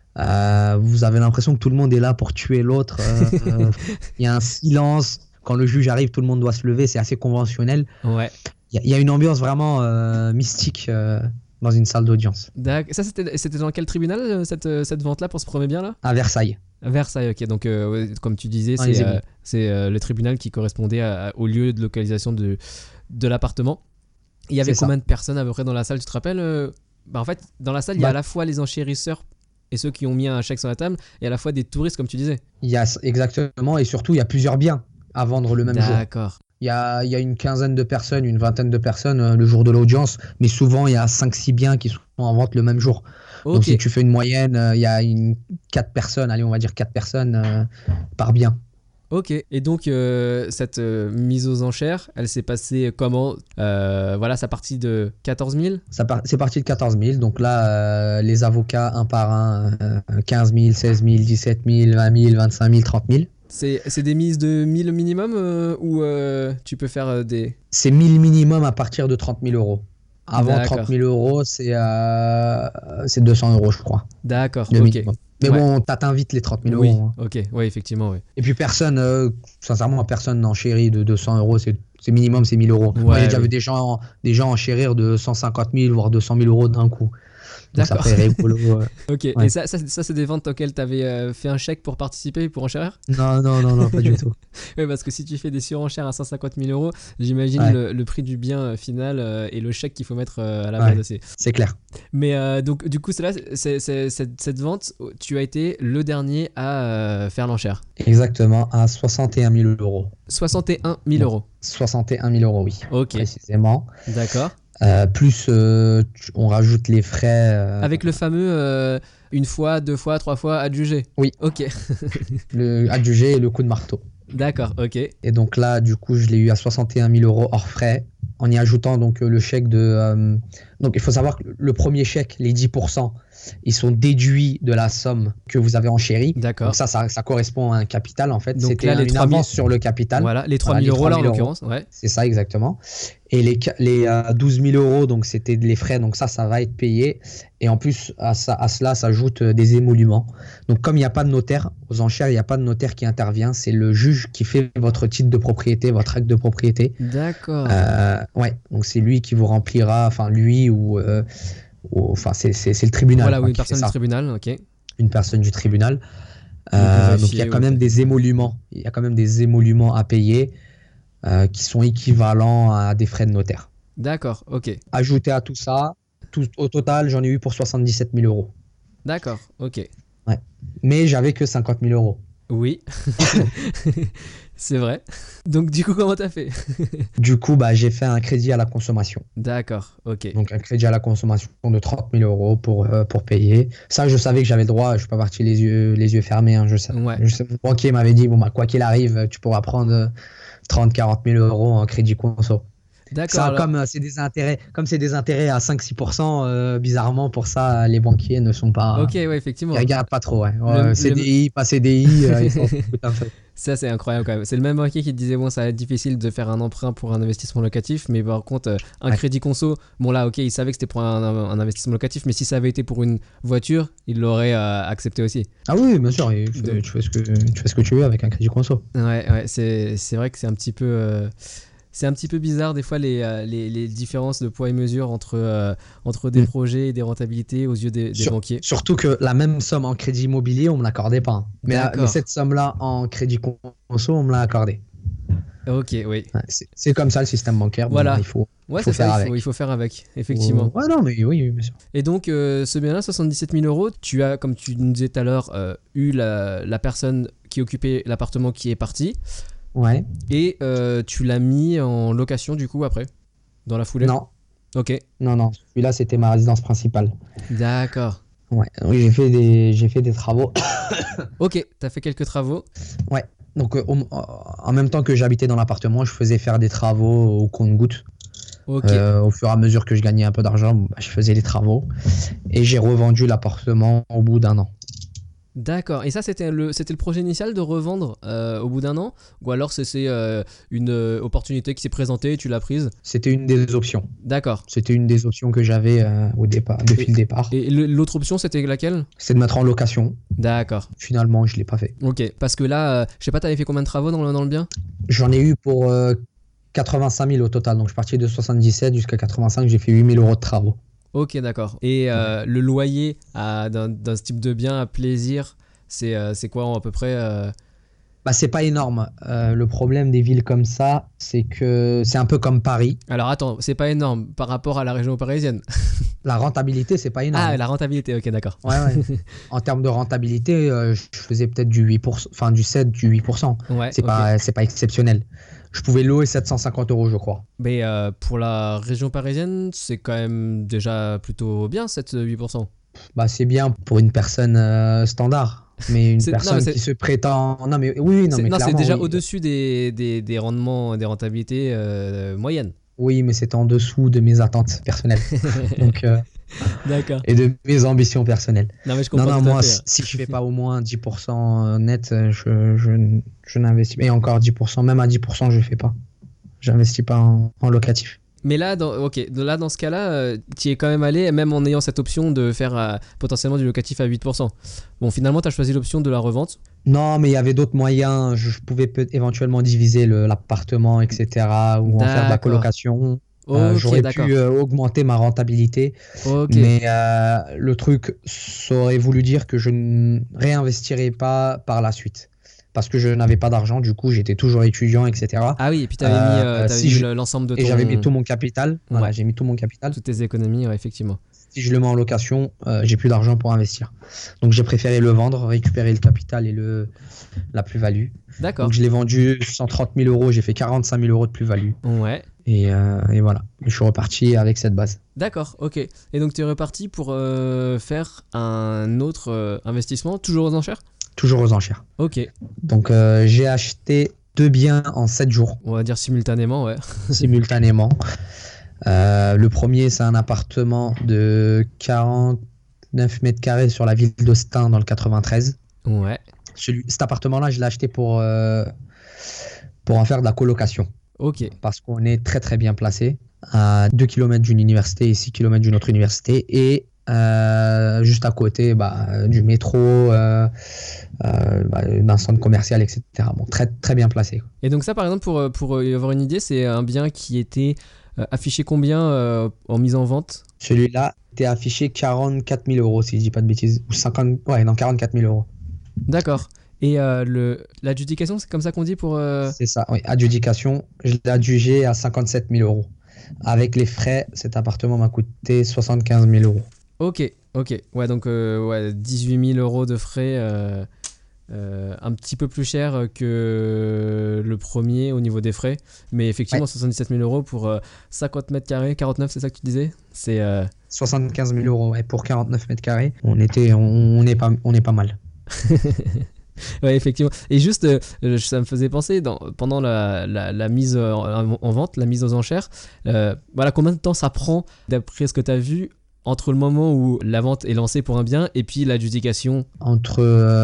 Vous avez l'impression que tout le monde est là pour tuer l'autre. Il y a un silence. Quand le juge arrive, tout le monde doit se lever. C'est assez conventionnel. Ouais. Il y a une ambiance vraiment mystique dans une salle d'audience. Ça, c'était dans quel tribunal, cette vente-là, pour ce premier bien-là ? À Versailles. Versailles, ok. Donc, comme tu disais, Dans les Émilies. c'est le tribunal qui correspondait au lieu de localisation de l'appartement. Il y avait C'est ça. combien de personnes à peu près dans la salle, tu te rappelles ? En fait, dans la salle, il y a à la fois les enchérisseurs et ceux qui ont mis un chèque sur la table, et à la fois des touristes, comme tu disais. Il y a exactement, et surtout, il y a plusieurs biens à vendre le même jour. D'accord. Il y a une quinzaine de personnes, une vingtaine de personnes le jour de l'audience, mais souvent il y a 5-6 biens qui sont en vente le même jour. Ok. Donc si tu fais une moyenne, il y a 4 personnes, allez on va dire 4 personnes par bien. Ok, et donc cette mise aux enchères, elle s'est passée comment ? Voilà, ça partit de 14 000 ? C'est parti de 14 000, donc là les avocats un par un, 15 000, 16 000, 17 000, 20 000, 25 000, 30 000. C'est des mises de 1000 minimum ou tu peux faire des... C'est 1000 minimum à partir de 30 000 euros. Avant D'accord. 30 000 euros, c'est 200 euros, je crois. D'accord, Le ok. minimum. Mais Ouais. bon, t'atteins vite les 30 000 Oui, euros. Hein. ok, ouais, effectivement, ouais. Et puis personne, sincèrement, personne n'enchérit de 200 euros, c'est minimum, c'est 1000 euros. Ouais, Moi, j'ai déjà oui. vu des gens enchérir de 150 000, voire 200 000 euros d'un coup. Donc ça D'accord. fait rigolo. Ok, Ouais. et ça c'est des ventes auxquelles tu avais fait un chèque pour participer, pour enchérir ? Non, pas du tout. Oui, parce que si tu fais des surenchères à 150 000 euros, j'imagine Ouais. le prix du bien final et le chèque qu'il faut mettre à la Ouais. base aussi. C'est clair. Mais donc, du coup, cette vente, tu as été le dernier à faire l'enchère. Exactement, à 61 000 euros. 61 000 euros. 61 000 euros, oui. Ok, Précisément. d'accord. Plus on rajoute les frais. Avec le fameux une fois, 2 fois, 3 fois adjugé. Oui. Ok, le adjugé et le coup de marteau. d'accord, ok. Et donc là, du coup, je l'ai eu à 61 000 euros hors frais, en y ajoutant donc le chèque de... Donc il faut savoir que le premier chèque, les 10%, ils sont déduits de la somme que vous avez enchérie. D'accord. Donc ça correspond à un capital en fait. Donc C'était là, les une 3 000 avance sur le capital. Voilà, les 3 000 les euros là en 3 000 l'occurrence, ouais. C'est ça exactement. Et les 12 000 euros, donc c'était les frais, donc ça va être payé. Et en plus, à cela s'ajoutent des émoluments. Donc comme il n'y a pas de notaire, aux enchères, il n'y a pas de notaire qui intervient. C'est le juge qui fait votre titre de propriété, votre acte de propriété. D'accord. Ouais, donc c'est lui qui vous remplira, enfin lui ou enfin c'est le tribunal. Voilà, quoi, oui, une qui fait personne du ça. tribunal, ok. Une personne du tribunal. vérifier, Donc il y a quand même des émoluments. Il y a quand même des émoluments à payer qui sont équivalents à des frais de notaire. D'accord, ok. Ajouté à tout ça, au total, j'en ai eu pour 77 000 euros. D'accord, ok. Mais j'avais que 50 000 euros. Oui. C'est vrai. Donc du coup, comment t'as fait? Du coup, bah, j'ai fait un crédit à la consommation. D'accord, ok. Donc, un crédit à la consommation de 30 000 euros pour payer. Ça, je savais que j'avais le droit. Je ne suis pas parti les yeux fermés. Hein. Ouais. Mon banquier m'avait dit, bon, bah, quoi qu'il arrive, tu pourras prendre 30 40 000 euros en crédit conso. D'accord. Ça, Alors... comme c'est des intérêts à 5-6%, bizarrement, pour ça, les banquiers ne sont pas. Ok, ouais, effectivement. Ils regardent pas trop. Ouais. CDI, pas CDI, ils s'en foutent un peu. Ça, c'est incroyable quand même. C'est le même banquier qui te disait, bon, ça va être difficile de faire un emprunt pour un investissement locatif, mais par contre, un crédit conso, bon là, ok, il savait que c'était pour un investissement locatif, mais si ça avait été pour une voiture, il l'aurait accepté aussi. Ah oui, bien sûr, tu fais ce que tu veux avec un crédit conso. Ouais, c'est vrai que c'est un petit peu... C'est un petit peu bizarre des fois les différences de poids et mesure entre des projets et des rentabilités aux yeux des banquiers. Surtout que la même somme en crédit immobilier, on ne me l'accordait pas. Mais cette somme-là en crédit conso, on me l'a accordée. Ok, oui. Ouais, c'est comme ça le système bancaire. Voilà. Il faut faire avec, effectivement. Ouais, non, mais oui, bien sûr. Et donc, ce bien-là, 77 000 euros, tu as, comme tu nous disais tout à l'heure, eu la personne qui occupait l'appartement qui est partie. Ouais. Et tu l'as mis en location du coup après, dans la foulée? Non. Ok. Non. Celui-là, c'était ma résidence principale. D'accord. Ouais. Oui, j'ai fait des travaux. Ok, t'as fait quelques travaux. Ouais. Donc, en même temps que j'habitais dans l'appartement, je faisais faire des travaux au compte-gouttes. Ok. Au fur et à mesure que je gagnais un peu d'argent, je faisais les travaux. Et j'ai revendu l'appartement au bout d'1 an. D'accord. Et ça, c'était le projet initial de revendre au bout d'1 an? Ou alors c'est une opportunité qui s'est présentée et tu l'as prise? C'était une des options. D'accord. C'était une des options que j'avais au départ, depuis le départ. Et l'autre option, c'était laquelle? C'est de mettre en location. D'accord. Finalement, je ne l'ai pas fait. Ok. Parce que là, je sais pas, t'avais fait combien de travaux dans le bien? J'en ai eu pour 85 000 au total. Donc, je suis parti de 77 jusqu'à 85. J'ai fait 8 000 euros de travaux. Ok, d'accord. Et le loyer d'un ce type de bien à plaisir, c'est quoi à peu près Bah, c'est pas énorme. Le problème des villes comme ça, c'est que c'est un peu comme Paris. Alors attends, c'est pas énorme par rapport à la région parisienne. La rentabilité, c'est pas énorme. Ah, la rentabilité, ok, d'accord. Ouais. En termes de rentabilité, je faisais peut-être du 8%, enfin du 7, du 8%. Ouais, c'est pas exceptionnel. Je pouvais louer 750 euros, je crois. Mais pour la région parisienne, c'est quand même déjà plutôt bien, 7-8%. Bah, c'est bien pour une personne standard. Mais une personne qui se prétend... Non, mais oui, non, mais clairement, c'est déjà au-dessus des rendements, des rentabilités moyennes. Oui, mais c'est en dessous de mes attentes personnelles. Donc, d'accord. Et de mes ambitions personnelles. Non, mais je comprends. Non, moi, si je fais pas au moins 10% net, je n'investis pas. Et encore 10%, même à 10%, je fais pas. J'investis pas en locatif. Mais là, dans ce cas-là, tu y es quand même allé, même en ayant cette option de faire potentiellement du locatif à 8%. Bon, finalement, tu as choisi l'option de la revente. Non, mais il y avait d'autres moyens. Je pouvais éventuellement diviser l'appartement, etc. ou en faire de la colocation. J'aurais pu augmenter ma rentabilité. Okay. Mais le truc, ça aurait voulu dire que je ne réinvestirais pas par la suite. Parce que je n'avais pas d'argent, du coup j'étais toujours étudiant, etc. Ah oui, et puis tu avais mis l'ensemble de ton... Et j'avais mis tout mon capital. Voilà, ouais. J'ai mis tout mon capital. Toutes tes économies, ouais, effectivement. Si je le mets en location, j'ai plus d'argent pour investir. Donc j'ai préféré le vendre, récupérer le capital et la plus-value. D'accord. Donc je l'ai vendu 130 000 euros, j'ai fait 45 000 euros de plus-value. Ouais. Et voilà, je suis reparti avec cette base. D'accord, ok. Et donc tu es reparti pour faire un autre investissement, toujours aux enchères? Toujours aux enchères. Ok. Donc j'ai acheté 2 biens en 7 jours. On va dire simultanément, ouais. Simultanément. Le premier, c'est un appartement de 49 mètres carrés sur la ville d'Austin dans le 93. Ouais. Cet appartement-là, je l'ai acheté pour en faire de la colocation. Ok. Parce qu'on est très très bien placé, à 2 km d'une université et 6 km d'une autre université. Et juste à côté du métro, d'un centre commercial, etc. Bon, très, très bien placé. Et donc ça, par exemple, pour y avoir une idée, c'est un bien qui était affiché combien en mise en vente? Celui-là était affiché 44 000 euros, si je ne dis pas de bêtises. Ou 44 000 euros. D'accord. Et l'adjudication, c'est comme ça qu'on dit pour... C'est ça, oui. Adjudication, je l'ai adjugé à 57 000 euros. Avec les frais, cet appartement m'a coûté 75 000 euros. Ok. Ouais, donc 18 000 euros de frais un petit peu plus cher que le premier au niveau des frais. Mais effectivement, 77 000 euros pour 50 mètres carrés, 49, c'est ça que tu disais? C'est 75 000 euros pour 49 mètres carrés. On est pas mal. Ouais, effectivement. Et juste, ça me faisait penser, pendant la mise en vente, la mise aux enchères, voilà, combien de temps ça prend, d'après ce que tu as vu, entre le moment où la vente est lancée pour un bien et puis l'adjudication? Entre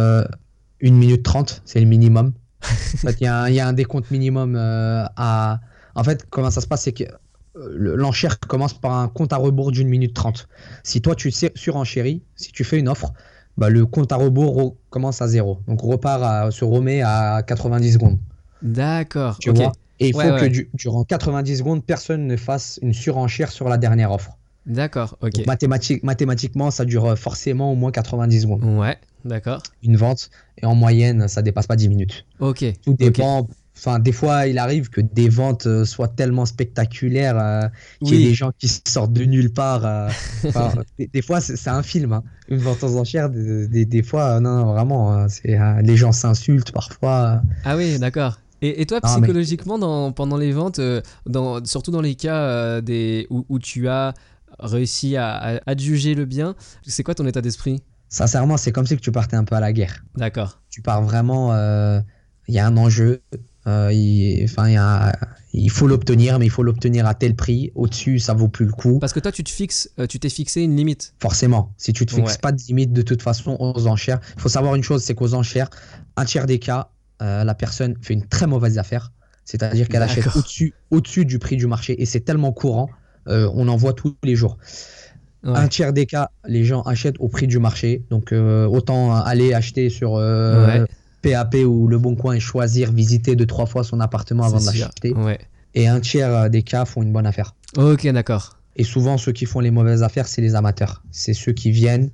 1 minute 30, c'est le minimum. En fait, il y a un décompte minimum à... En fait, comment ça se passe, c'est que l'enchère commence par un compte à rebours d'1 minute 30. Si toi, tu surenchéris, si tu fais une offre, le compte à rebours commence à 0. Donc, se remet à 90 secondes. D'accord. Tu vois. Et il faut que durant 90 secondes, personne ne fasse une surenchère sur la dernière offre. D'accord, ok. Donc, mathématiquement, ça dure forcément au moins 90 secondes. Ouais, d'accord. Une vente, et en moyenne, ça dépasse pas 10 minutes. Ok. Tout dépend. Okay. Enfin, des fois, il arrive que des ventes soient tellement spectaculaires qu'il y ait des gens qui sortent de nulle part. Des fois, c'est un film. Hein. Une vente aux enchères, des fois, non, vraiment, les gens s'insultent parfois. Ah oui, d'accord. Et toi, psychologiquement, pendant les ventes, surtout dans les cas où tu as réussi à adjuger le bien, c'est quoi ton état d'esprit? Sincèrement, c'est comme si tu partais un peu à la guerre. D'accord. Tu pars vraiment, il y a un enjeu. Il faut l'obtenir, mais il faut l'obtenir à tel prix. Au-dessus, ça vaut plus le coup. Parce que toi, tu t'es fixé une limite. Forcément. Si tu te fixes pas de limite, de toute façon, aux enchères, il faut savoir une chose, c'est qu'aux enchères, un tiers des cas, la personne fait une très mauvaise affaire. C'est-à-dire qu'elle achète au-dessus du prix du marché. Et c'est tellement courant, on en voit tous les jours. Ouais. Un tiers des cas, les gens achètent au prix du marché. Donc, autant aller acheter sur... PAP ou Le Bon Coin et choisir, visiter 2-3 fois son appartement avant de l'acheter. Ouais. Et un tiers des cas font une bonne affaire. Ok, d'accord. Et souvent, ceux qui font les mauvaises affaires, c'est les amateurs. C'est ceux qui viennent,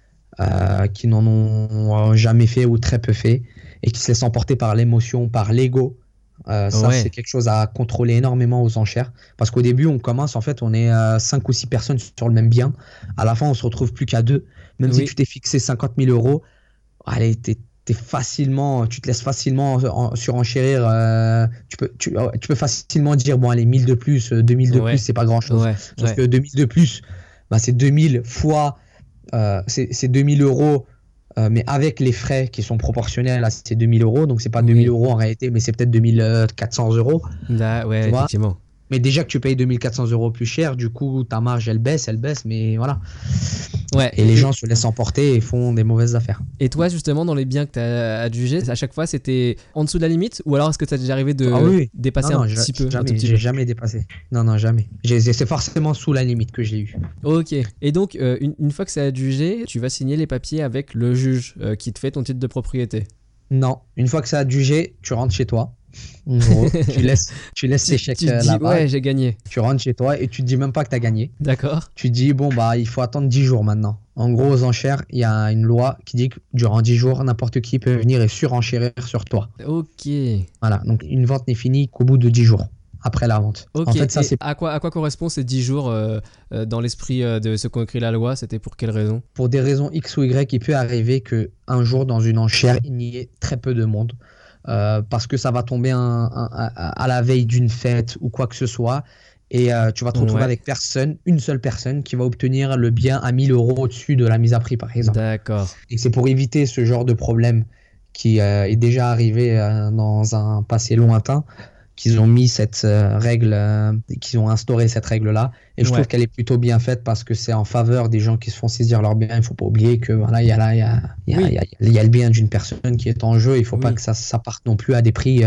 qui n'en ont jamais fait ou très peu fait, et qui se laissent emporter par l'émotion, par l'ego. C'est quelque chose à contrôler énormément aux enchères. Parce qu'au début, on commence, en fait, on est 5 ou 6 personnes sur le même bien. À la fin, on se retrouve plus qu'à 2. Même si tu t'es fixé 50 000 euros, allez, tu te laisses facilement surenchérir. Tu peux facilement dire, bon, allez, 1000 de plus, 2000 de plus, c'est pas grand chose. Sauf que 2000 de plus, c'est 2000 fois, c'est 2000 euros, mais avec les frais qui sont proportionnels à ces 2000 euros. Donc, c'est pas 2000 euros en réalité, mais c'est peut-être 2400 euros. Ouais, effectivement. Mais déjà que tu payes 2400 euros plus cher, du coup, ta marge, elle baisse, mais voilà. Ouais. Et les gens se laissent emporter et font des mauvaises affaires. Et toi, justement, dans les biens que tu as adjugés, à chaque fois, c'était en dessous de la limite? Ou alors, est-ce que tu as déjà arrivé de dépasser un petit peu? J'ai jamais dépassé. Non, jamais. C'est forcément sous la limite que j'ai eu. Ok. Et donc, une fois que c'est adjugé, tu vas signer les papiers avec le juge qui te fait ton titre de propriété? Non. Une fois que c'est adjugé, tu rentres chez toi. En gros, tu laisses ces chèques là-bas. Ouais, j'ai gagné. Tu rentres chez toi et tu te dis même pas que tu as gagné. D'accord. Tu te dis, bon, il faut attendre 10 jours maintenant. En gros, aux enchères, il y a une loi qui dit que durant 10 jours, n'importe qui peut venir et surenchérir sur toi. Ok. Voilà, donc une vente n'est finie qu'au bout de 10 jours après la vente. Ok. En fait, ça, c'est... À quoi correspond ces 10 jours dans l'esprit de ceux qui ont écrit la loi? C'était pour quelles raisons? Pour des raisons X ou Y, il peut arriver qu'un jour, dans une enchère, il n'y ait très peu de monde. Parce que ça va tomber à la veille d'une fête ou quoi que ce soit, et tu vas te retrouver avec une seule personne qui va obtenir le bien à 1000 euros au-dessus de la mise à prix, par exemple. D'accord. Et c'est pour éviter ce genre de problème qui est déjà arrivé dans un passé lointain qu'ils ont mis cette règle, qu'ils ont instauré cette règle-là. Et je trouve qu'elle est plutôt bien faite parce que c'est en faveur des gens qui se font saisir leur bien. Il ne faut pas oublier que voilà, il y a le bien d'une personne qui est en jeu. Il ne faut pas que ça parte non plus à des prix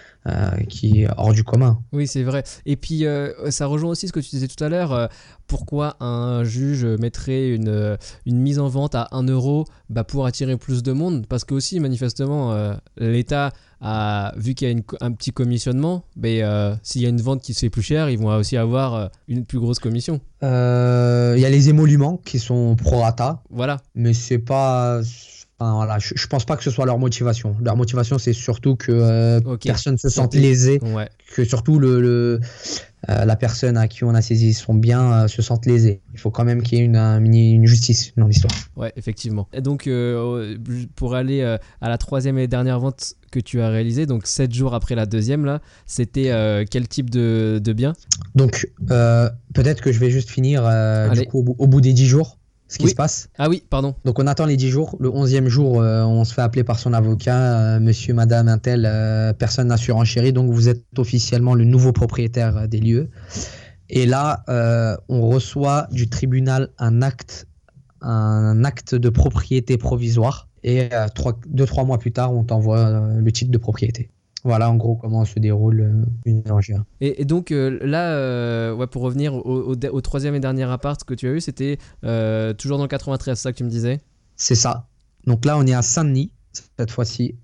qui est hors du commun. Oui, c'est vrai. Et puis, ça rejoint aussi ce que tu disais tout à l'heure. Pourquoi un juge mettrait une mise en vente à 1 euro pour attirer plus de monde? Parce que aussi, manifestement, l'État a vu qu'il y a un petit commissionnement. S'il y a une vente qui se fait plus cher, ils vont aussi avoir une plus grosse commission. Il y a les émoluments qui sont pro rata. Voilà. Mais c'est pas... Enfin, voilà, je pense pas que ce soit leur motivation. Leur motivation, c'est surtout que Ok. personne se sente lésé, Ouais. que surtout la personne à qui on a saisi son bien se sente lésée. Il faut quand même qu'il y ait une justice dans l'histoire. Ouais, effectivement. Et donc, pour aller à la troisième et dernière vente que tu as réalisée, donc 7 jours après la deuxième, là, c'était quel type de bien? Donc, peut-être que je vais juste finir du coup, au bout des 10 jours, ce qui se passe. Ah oui, pardon. Donc, on attend les 10 jours. Le 11e jour, on se fait appeler par son avocat, monsieur, madame, un tel, personne n'a surenchéri, donc vous êtes officiellement le nouveau propriétaire des lieux. Et là, on reçoit du tribunal un acte de propriété provisoire. Et 2-3 mois plus tard, on t'envoie le titre de propriété. Voilà en gros comment se déroule une LGA. Et donc là, pour revenir au troisième et dernier appart que tu as eu, c'était toujours dans le 93, c'est ça que tu me disais? C'est ça. Donc là, on est à Saint-Denis, cette fois-ci,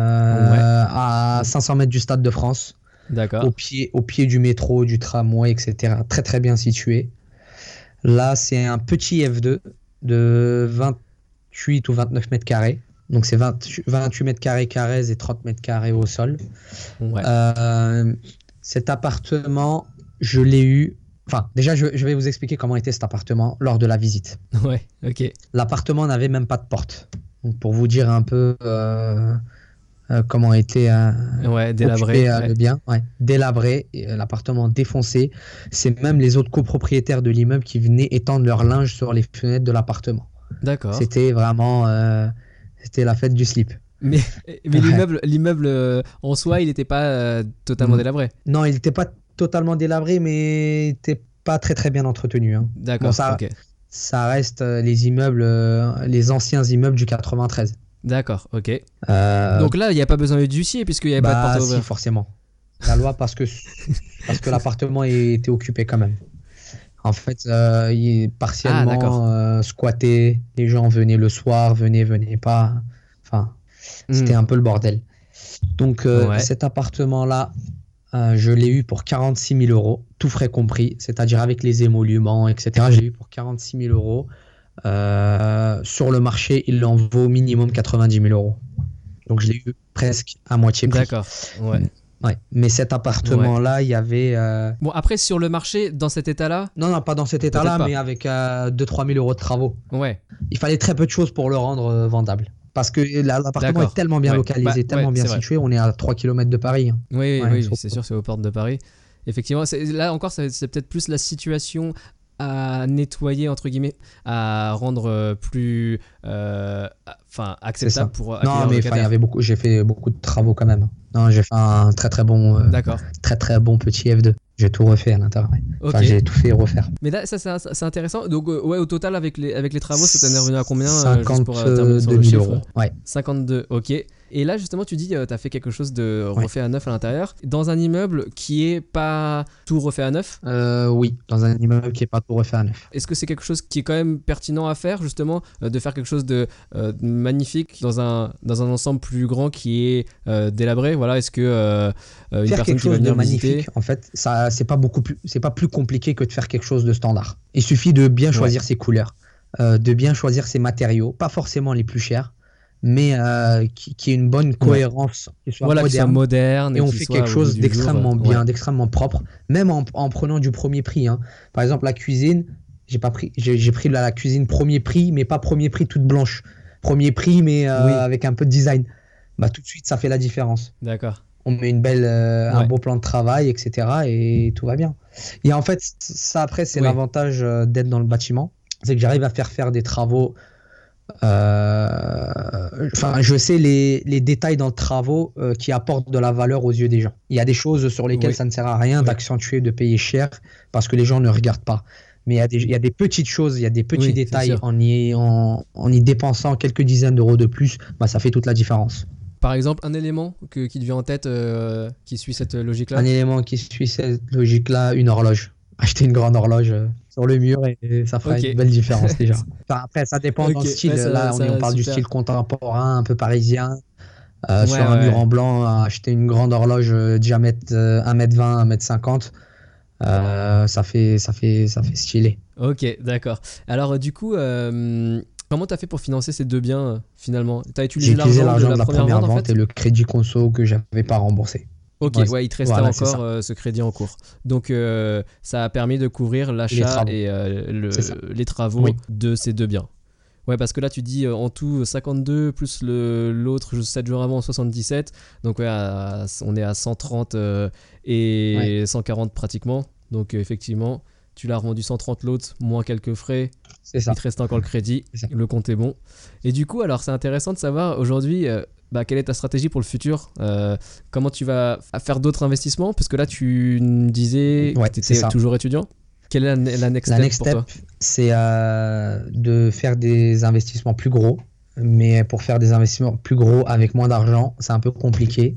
à 500 mètres du Stade de France. D'accord. Au pied du métro, du tramway, etc. Très très bien situé. Là, c'est un petit F2 de 28 ou 29 mètres carrés. Donc c'est 28 mètres carrés et 30 mètres carrés au sol. Ouais. Cet appartement, je l'ai eu. Enfin, déjà, je vais vous expliquer comment était cet appartement lors de la visite. Ouais, ok. L'appartement n'avait même pas de porte. Donc pour vous dire un peu comment était délabré, le bien. Ouais, délabré, l'appartement défoncé. C'est même les autres copropriétaires de l'immeuble qui venaient étendre leur linge sur les fenêtres de l'appartement. D'accord. C'était vraiment c'était la fête du slip. Mais l'immeuble en soi, il n'était pas totalement délabré. Non, il n'était pas totalement délabré, mais il n'était pas très très bien entretenu. Hein. D'accord, bon, ça reste les immeubles, les anciens immeubles du 93. D'accord, ok. Donc là, il n'y a pas besoin d'huissier puisqu'il n'y avait pas de porte ouverte. Si, forcément. La loi, parce que l'appartement était occupé quand même. En fait, il est partiellement squatté. Les gens venaient le soir, venaient pas. Enfin, c'était un peu le bordel. Donc, cet appartement-là, je l'ai eu pour 46 000 euros, tout frais compris, c'est-à-dire avec les émoluments, etc. Je l'ai eu pour 46 000 euros. Sur le marché, il en vaut au minimum 90 000 euros. Donc, je l'ai eu presque à moitié prix. D'accord, ouais. Ouais, mais cet appartement-là, il y avait... Bon, après, sur le marché, dans cet état-là? Non, pas dans cet état-là, mais avec 2-3 000 euros de travaux. Ouais. Il fallait très peu de choses pour le rendre vendable. Parce que l'appartement est tellement bien localisé, tellement bien situé, on est à 3 km de Paris. Hein. Oui, c'est sûr, c'est aux portes de Paris. Effectivement, là encore, c'est peut-être plus la situation à nettoyer, entre guillemets, à rendre plus acceptable pour accueillir. Non, mais j'ai fait beaucoup de travaux quand même. Non, j'ai fait un très très bon petit F2. J'ai tout refait à l'intérieur. Enfin, j'ai tout fait refaire. Mais là, ça c'est intéressant. Donc, au total, avec les travaux, ça t'en est revenu à combien? 52 000 euros. Ouais. 52, ok. Et là, justement, tu dis, tu as fait quelque chose de refait à neuf à l'intérieur. Dans un immeuble qui est pas tout refait à neuf? Oui, dans un immeuble qui est pas tout refait à neuf. Est-ce que c'est quelque chose qui est quand même pertinent à faire, justement, de faire quelque chose de magnifique dans un ensemble plus grand qui est délabré? Voilà, est-ce que une faire personne quelque qui va chose de venir magnifique, visiter... en fait, ça c'est pas plus compliqué que de faire quelque chose de standard. Il suffit de bien choisir ses couleurs, de bien choisir ses matériaux, pas forcément les plus chers, mais qui ait une bonne cohérence, qui soit moderne, et on fait quelque chose d'extrêmement bien, d'extrêmement propre, même en prenant du premier prix. Hein. Par exemple, la cuisine, j'ai pris la cuisine premier prix, mais pas premier prix toute blanche. Premier prix, mais avec un peu de design. Bah, tout de suite, ça fait la différence. D'accord. On met un beau plan de travail, etc. et tout va bien. Et en fait, ça après, c'est l'avantage d'être dans le bâtiment. C'est que j'arrive à faire des travaux. Je sais les détails dans le travaux qui apportent de la valeur aux yeux des gens. Il y a des choses sur lesquelles ça ne sert à rien d'accentuer, de payer cher parce que les gens ne regardent pas. Mais il y a des petites choses, il y a des petits détails. En y dépensant quelques dizaines d'euros de plus, ça fait toute la différence. Par exemple, un élément qui te vient en tête qui suit cette logique-là? Un élément qui suit cette logique-là, une horloge. Acheter une grande horloge sur le mur et ça fera une belle différence déjà. Enfin, après, ça dépend dans le style. Là, on parle du style contemporain, un peu parisien. Sur un mur en blanc, acheter une grande horloge diamètre 1m20, 1m50. Ça fait stylé. Ok, d'accord. Alors du coup, Comment tu as fait pour financer ces 2 biens finalement? Tu as J'ai utilisé utilisé l'argent de de la la première vente en vente fait? et le crédit conso que j'avais pas remboursé. Ok, Ouais, il te restait voilà, c'est encore ça. ce crédit en cours. Donc ça a permis de couvrir Les l'achat travaux. et C'est ça. les travaux Oui. de ces 2 biens. Ouais, parce que là tu dis en tout 52 plus l'autre 7 jours avant 77. Donc ouais, on est à 130 et 140 pratiquement. Donc effectivement, tu l'as revendu 130 l'autre, moins quelques frais. C'est ça. Il te reste encore le crédit, C'est ça. le compte est bon. Et du coup, alors c'est intéressant de savoir aujourd'hui quelle est ta stratégie pour le futur. Comment tu vas faire d'autres investissements? Parce que là, tu me disais Ouais, que tu c'est étais ça. toujours étudiant. Quelle est la next La step next pour toi? step, c'est de faire des investissements plus gros. Mais pour faire des investissements plus gros avec moins d'argent, c'est un peu compliqué.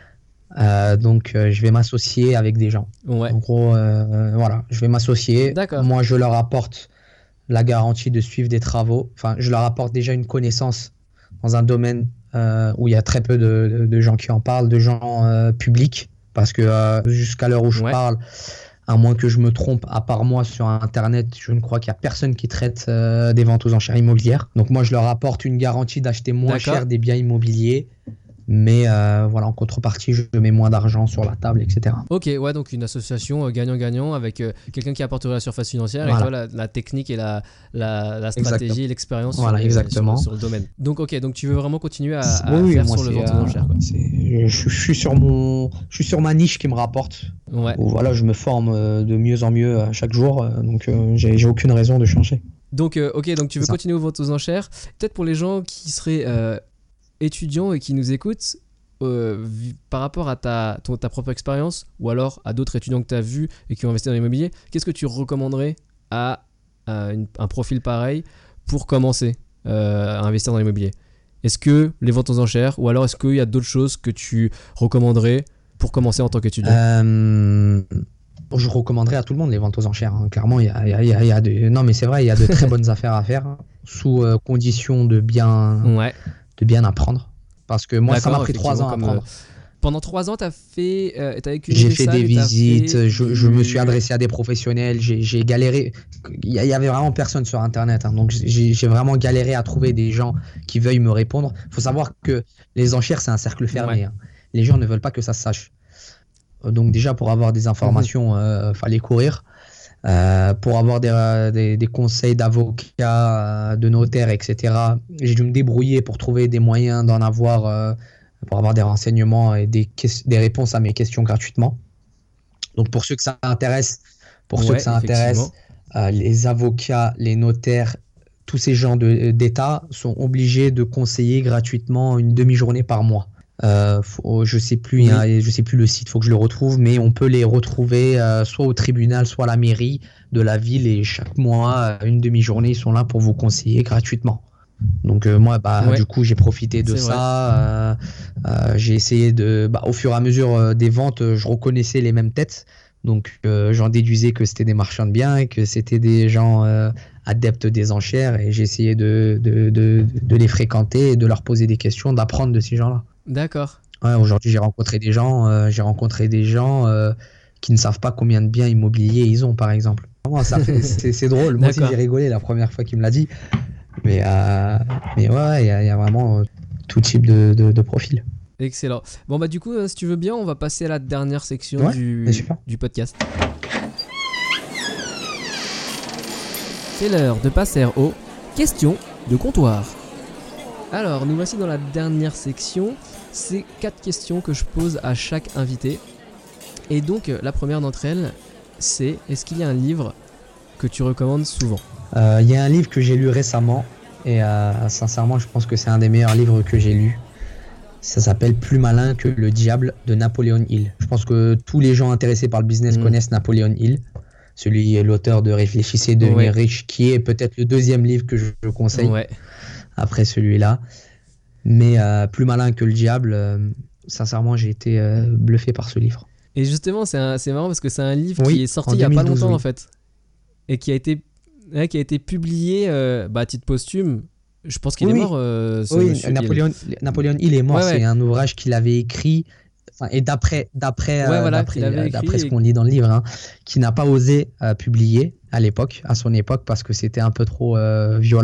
Donc, je vais m'associer avec des gens. Ouais, En gros, voilà, je vais m'associer. d'accord. Moi, je leur apporte la garantie de suivre des travaux. Enfin, je leur apporte déjà une connaissance dans un domaine où il y a très peu de gens qui en parlent, de gens publics. Parce que jusqu'à l'heure où je Ouais. parle, à moins que je me trompe, à part moi sur Internet, je ne crois qu'il n'y a personne qui traite des ventes aux enchères immobilières. Donc moi, je leur apporte une garantie d'acheter moins D'accord. cher des biens immobiliers. Mais voilà, en contrepartie, je mets moins d'argent sur la table, etc. Ok, ouais, donc une association gagnant-gagnant avec quelqu'un qui apportera la surface financière et Voilà. toi la technique et la stratégie Exactement. et l'expérience Voilà, exactement. sur le domaine. Donc ok, donc tu veux vraiment continuer à Oui, faire moi, sur le vente aux enchères, quoi. je suis sur ma niche qui me rapporte. Ouais. Où, voilà, je me forme de mieux en mieux chaque jour. Donc, j'ai aucune raison de changer. Donc ok, donc tu veux C'est ça. continuer aux ventes aux enchères. Peut-être pour les gens qui seraient étudiants et qui nous écoutent, par rapport à ta propre expérience ou alors à d'autres étudiants que tu as vus et qui ont investi dans l'immobilier, qu'est-ce que tu recommanderais à un profil pareil pour commencer à investir dans l'immobilier? Est-ce que les ventes aux enchères ou alors est-ce qu'il y a d'autres choses que tu recommanderais pour commencer en tant qu'étudiant? Je recommanderais à tout le monde les ventes aux enchères. Hein. Clairement, il y a non, mais c'est vrai, il y a de très bonnes affaires à faire sous condition de bien apprendre. Parce que moi, ça m'a pris 3 ans à apprendre. Pendant 3 ans, t'as accumulé J'ai fait ça, des mais t'as visites, fait je me suis adressé à des professionnels, j'ai galéré. Il y avait vraiment personne sur Internet, hein, donc j'ai vraiment galéré à trouver des gens qui veuillent me répondre. Il faut savoir que les enchères, c'est un cercle fermé. Ouais. Hein. Les gens ne veulent pas que ça se sache. Donc déjà, pour avoir des informations, fallait courir. Pour avoir des conseils d'avocats, de notaires, etc. J'ai dû me débrouiller pour trouver des moyens d'en avoir, pour avoir des renseignements et des réponses à mes questions gratuitement. Donc pour ceux que ça intéresse, les avocats, les notaires, tous ces gens d'État sont obligés de conseiller gratuitement une demi-journée par mois. Je sais plus le site, faut que je le retrouve, mais on peut les retrouver soit au tribunal, soit à la mairie de la ville, et chaque mois, une demi-journée, ils sont là pour vous conseiller gratuitement. Donc moi, du coup, j'ai profité de ça. J'ai essayé au fur et à mesure des ventes, je reconnaissais les mêmes têtes. Donc j'en déduisais que c'était des marchands de biens et que c'était des gens adeptes des enchères, et j'ai essayé de les fréquenter et de leur poser des questions, d'apprendre de ces gens-là. D'accord. Ouais, aujourd'hui, j'ai rencontré des gens qui ne savent pas combien de biens immobiliers ils ont, par exemple. C'est drôle. Moi aussi, j'ai rigolé la première fois qu'il me l'a dit. Mais ouais, il y a vraiment tout type de profil. Excellent. Bon, du coup, si tu veux bien, on va passer à la dernière section du podcast. C'est l'heure de passer aux questions de comptoir. Alors, nous voici dans la dernière section. C'est 4 questions que je pose à chaque invité. Et donc, la première d'entre elles, c'est: est-ce qu'il y a un livre que tu recommandes souvent? Il y a un livre que j'ai lu récemment, et sincèrement, je pense que c'est un des meilleurs livres que j'ai lu. Ça s'appelle Plus malin que le diable, de Napoléon Hill. Je pense que tous les gens intéressés par le business connaissent Napoléon Hill. L'auteur de Réfléchissez, devenir riche, qui est peut-être le deuxième livre que je conseille après celui-là. Mais Plus malin que le diable, sincèrement, j'ai été bluffé par ce livre. Et justement, c'est marrant parce que c'est un livre qui est sorti il n'y a pas longtemps en fait. Et qui a été publié à titre posthume. Je pense qu'il est mort. Napoléon Hill est mort. C'est un ouvrage qu'il avait écrit, et d'après ce qu'on lit dans le livre, qui n'a pas osé publier à son époque, parce que c'était un peu trop violent.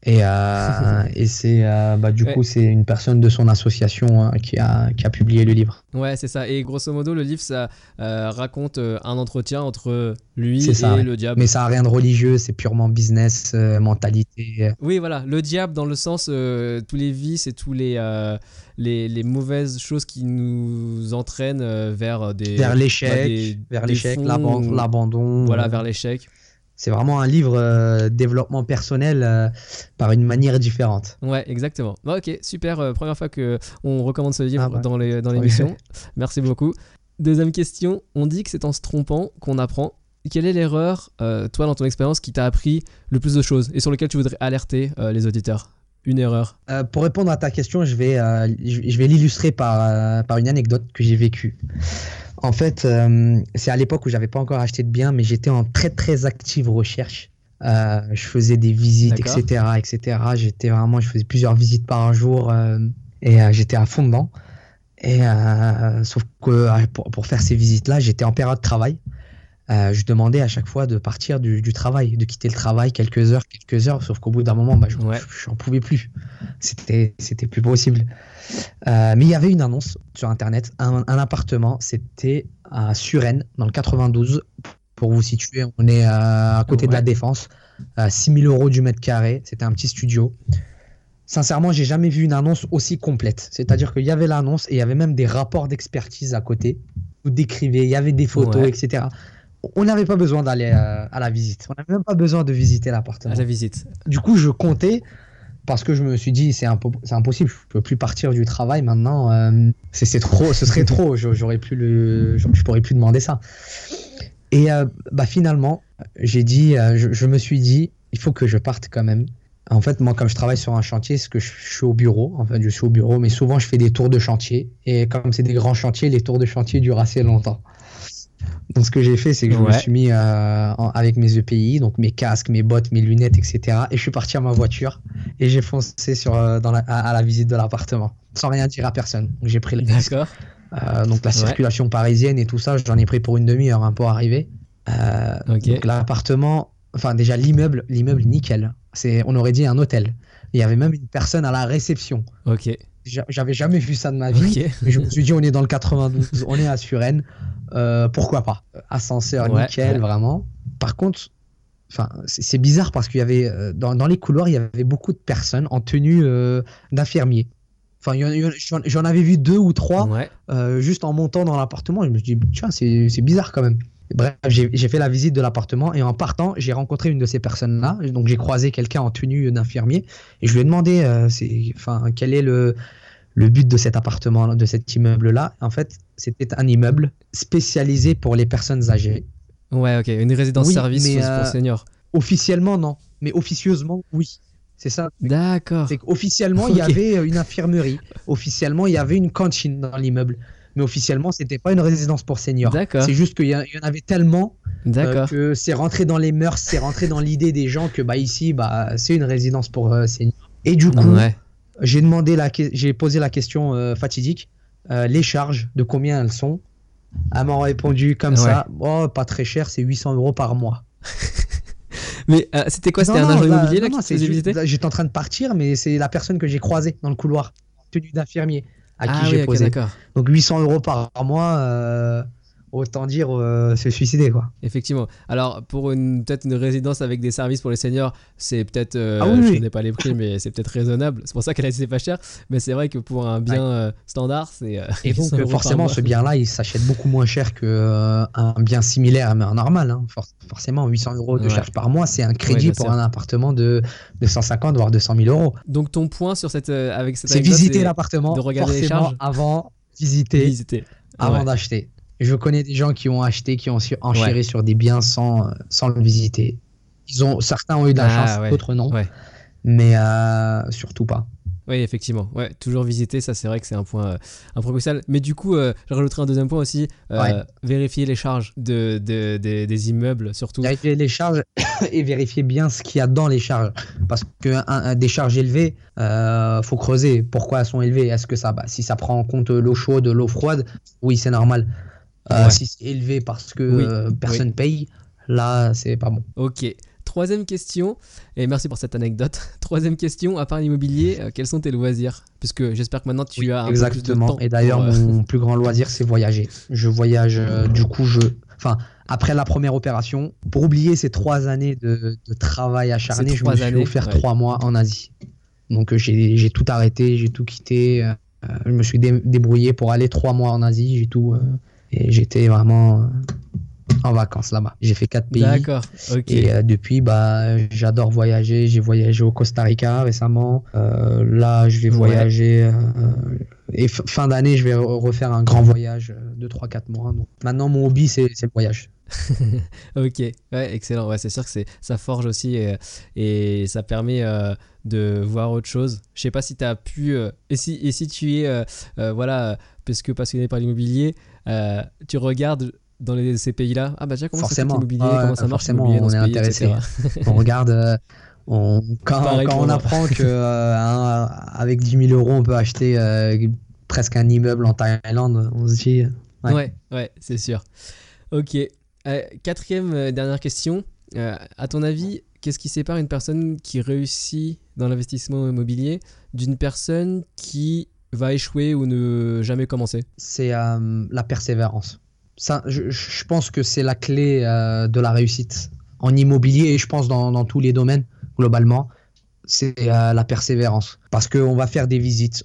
Et c'est du coup c'est une personne de son association qui a publié le livre. Ouais, c'est ça. Et grosso modo, le livre, ça raconte un entretien entre lui C'est ça, et ouais. le diable. Mais ça n'a rien de religieux, c'est purement business, mentalité. Oui, voilà, le diable dans le sens tous les vices et tous les mauvaises choses qui nous entraînent vers l'échec, fonds, l'abandon. Voilà, vers l'échec. C'est vraiment un livre développement personnel par une manière différente. Ouais, exactement. Ok, super. Première fois qu'on recommande ce livre dans Oui. l'émission. Merci beaucoup. Deuxième question. On dit que c'est en se trompant qu'on apprend. Quelle est l'erreur, toi, dans ton expérience, qui t'a appris le plus de choses et sur lequel tu voudrais alerter les auditeurs? Une erreur. Pour répondre à ta question, je vais l'illustrer par une anecdote que j'ai vécue. En fait, c'est à l'époque où j'avais pas encore acheté de biens, mais j'étais en très très active recherche. Je faisais des visites, etc. Je faisais plusieurs visites par jour et j'étais à fond dedans. Et sauf que pour faire ces visites-là, j'étais en période de travail. Je demandais à chaque fois de partir du travail, de quitter le travail quelques heures, sauf qu'au bout d'un moment, j'en pouvais plus. C'était plus possible. Mais il y avait une annonce sur Internet, un appartement, c'était à Suresnes, dans le 92. Pour vous situer, on est à côté de la Défense, 6 000 € du mètre carré, c'était un petit studio. Sincèrement, j'ai jamais vu une annonce aussi complète. C'est-à-dire qu'il y avait l'annonce et il y avait même des rapports d'expertise à côté. Vous décrivez, il y avait des photos, etc. On n'avait pas besoin d'aller à la visite. On n'avait même pas besoin de visiter l'appartement. À la visite. Du coup, je comptais parce que je me suis dit c'est impossible. Je peux plus partir du travail maintenant. C'est trop. Ce serait trop. Je pourrais plus demander ça. Et finalement, je me suis dit il faut que je parte quand même. En fait, moi, comme je travaille sur un chantier, je suis au bureau. En fait, je suis au bureau, mais souvent je fais des tours de chantier. Et comme c'est des grands chantiers, les tours de chantier durent assez longtemps. Donc ce que j'ai fait, c'est que je me suis mis avec mes EPI, donc mes casques, mes bottes, mes lunettes, etc. Et je suis parti à ma voiture et j'ai foncé à la visite de l'appartement, sans rien dire à personne. Donc j'ai pris le risque. Donc la circulation parisienne et tout ça, j'en ai pris pour une demi-heure pour arriver. Donc l'appartement, enfin déjà l'immeuble nickel. On aurait dit un hôtel. Il y avait même une personne à la réception. Ok. J'avais jamais vu ça de ma vie. Okay. Mais je me suis dit, on est dans le 92, on est à Suresnes, pourquoi pas. Ascenseur nickel, vraiment. Par contre, c'est bizarre parce qu'il y avait dans les couloirs, il y avait beaucoup de personnes en tenue d'infirmier. Enfin, j'en avais vu 2 ou 3 juste en montant dans l'appartement. Je me suis dit, tiens, c'est bizarre quand même. Bref, j'ai fait la visite de l'appartement et en partant, j'ai rencontré une de ces personnes-là. Donc, j'ai croisé quelqu'un en tenue d'infirmier et je lui ai demandé quel est le but de cet appartement, de cet immeuble-là. En fait, c'était un immeuble spécialisé pour les personnes âgées. Ouais, ok, une résidence-service pour seniors. Officiellement, non, mais officieusement, oui. C'est ça. D'accord. C'est qu'officiellement, il y avait une infirmerie. Officiellement, il y avait une cantine dans l'immeuble. Mais officiellement, c'était pas une résidence pour seniors. D'accord. C'est juste qu'il y en avait tellement que c'est rentré dans les mœurs, c'est rentré dans l'idée des gens que ici, c'est une résidence pour seniors. Et du coup, j'ai posé la question fatidique, les charges, de combien elles sont. Elle m'a répondu comme ça, pas très cher, c'est 800 € par mois. Mais c'était quoi? C'était un agent immobilier qui te faisait visiter? J'étais en train de partir, mais c'est la personne que j'ai croisée dans le couloir, tenue d'infirmier. À qui j'ai posé. Donc 800 € par mois, autant dire se suicider, quoi. Effectivement. Alors pour peut-être une résidence avec des services pour les seniors, c'est peut-être je connais pas les prix, mais c'est peut-être raisonnable. C'est pour ça qu'elle a été pas chère, mais c'est vrai que pour un bien standard, c'est et donc forcément ce bien-là, il s'achète beaucoup moins cher que un bien similaire mais un normal, hein. Forcément 800 € de charge par mois, c'est un crédit pour un appartement de 150 voire 200 000 €. Donc ton point sur avec cette c'est visiter l'appartement, de regarder forcément les charges avant visiter. Avant d'acheter. Je connais des gens qui ont acheté, qui ont enchéri sur des biens sans le visiter. Certains ont eu de la chance, d'autres non. Mais surtout pas. Oui, effectivement. Ouais, toujours visiter, ça c'est vrai que c'est un point crucial. Mais du coup, je rajouterai un deuxième point aussi, vérifier les charges des immeubles, surtout. Vérifier les charges et vérifier bien ce qu'il y a dans les charges. Parce que des charges élevées, faut creuser. Pourquoi elles sont élevées? Est-ce que si ça prend en compte l'eau chaude, l'eau froide, oui, c'est normal. Si c'est élevé parce que personne paye, là, c'est pas bon. Ok. Troisième question, et merci pour cette anecdote. Troisième question, à part l'immobilier, quels sont tes loisirs? Puisque j'espère que maintenant tu as un peu plus de temps. Et d'ailleurs, mon plus grand loisir, c'est voyager. Je voyage, après la première opération, pour oublier ces 3 années de travail acharné, je me suis offert 3 mois en Asie. Donc j'ai tout arrêté, j'ai tout quitté. Je me suis débrouillé pour aller 3 mois en Asie. Et j'étais vraiment en vacances là-bas. J'ai fait 4 pays. D'accord, ok. Et depuis, j'adore voyager. J'ai voyagé au Costa Rica récemment. Là, je vais voyager. Et fin d'année, je vais refaire un grand voyage de 3-4 mois. Donc, maintenant, mon hobby, c'est le voyage. Ok, ouais, excellent. Ouais, c'est sûr que ça forge aussi et ça permet de voir autre chose. Je sais pas si tu as pu. Et si tu es, parce que passionné par l'immobilier, tu regardes dans ces pays-là. Ah bah tiens, comment ça fait l'immobilier, comment ça marche l'immobilier dans ce pays, intéressé. etc. On regarde. Quand on apprend qu'avec 10 000 euros, on peut acheter presque un immeuble en Thaïlande, on se dit. Ouais, c'est sûr. Ok. Quatrième dernière question. À ton avis, qu'est-ce qui sépare une personne qui réussit dans l'investissement immobilier d'une personne qui va échouer ou ne jamais commencer? C'est la persévérance. Ça, je pense que c'est la clé de la réussite en immobilier et je pense dans tous les domaines globalement. C'est la persévérance. Parce qu'on va faire des visites.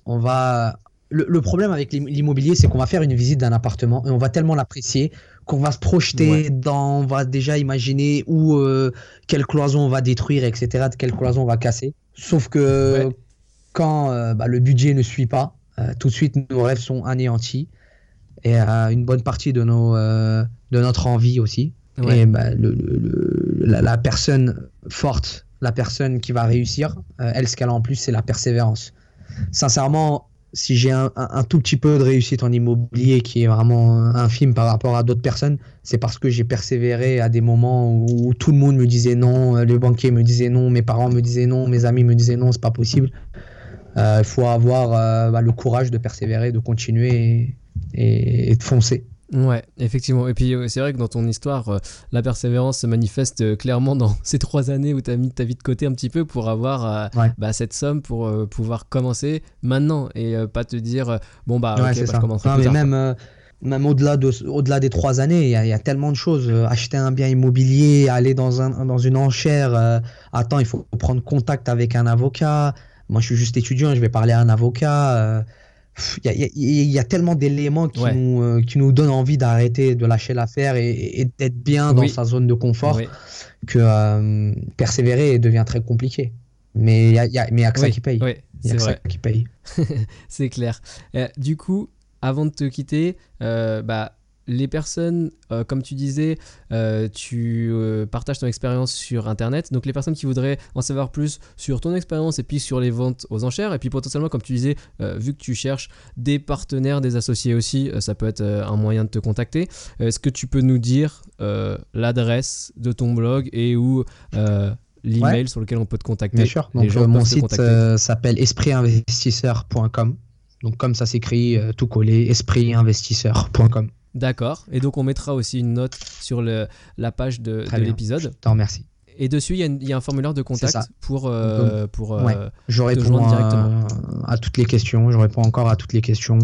Le problème avec l'immobilier, c'est qu'on va faire une visite d'un appartement et on va tellement l'apprécier qu'on va se projeter on va déjà imaginer quelle cloison on va détruire, etc., de quelle cloison on va casser. Sauf que quand le budget ne suit pas, tout de suite nos rêves sont anéantis et une bonne partie de notre envie aussi. Et la personne forte, la personne qui va réussir, ce qu'elle a en plus, c'est la persévérance. Sincèrement, si j'ai un tout petit peu de réussite en immobilier qui est vraiment infime par rapport à d'autres personnes, c'est parce que j'ai persévéré à des moments où tout le monde me disait non, les banquiers me disaient non, mes parents me disaient non, mes amis me disaient non, c'est pas possible. Il faut avoir le courage de persévérer, de continuer et de foncer. Ouais, effectivement. Et puis c'est vrai que dans ton histoire, la persévérance se manifeste clairement dans ces 3 années où tu as mis ta vie de côté un petit peu pour avoir cette somme pour pouvoir commencer maintenant et pas te dire je commencerai plus tard. Même au-delà des 3 années, il y a tellement de choses. Acheter un bien immobilier, aller dans une enchère, il faut prendre contact avec un avocat. Moi, je suis juste étudiant, je vais parler à un avocat. Il y a tellement d'éléments qui nous donnent envie d'arrêter, de lâcher l'affaire et d'être bien dans sa zone de confort que persévérer devient très compliqué. Mais il y a que ça qui paye. C'est vrai. Ça qui paye. C'est clair. Du coup, avant de te quitter, les personnes, comme tu disais, tu partages ton expérience sur Internet. Donc les personnes qui voudraient en savoir plus sur ton expérience et puis sur les ventes aux enchères, et puis potentiellement, comme tu disais, vu que tu cherches des partenaires, des associés aussi, ça peut être un moyen de te contacter. Est-ce que tu peux nous dire l'adresse de ton blog et ou l'email sur lequel on peut te contacter? Bien sûr. Donc mon site s'appelle espritinvestisseur.com. Donc comme ça s'écrit, tout collé, espritinvestisseur.com. D'accord. Et donc, on mettra aussi une note sur la page de l'épisode. Je te remercie. Et dessus, il y a un formulaire de contact pour je réponds joindre directement à toutes les questions. Je réponds encore à toutes les questions.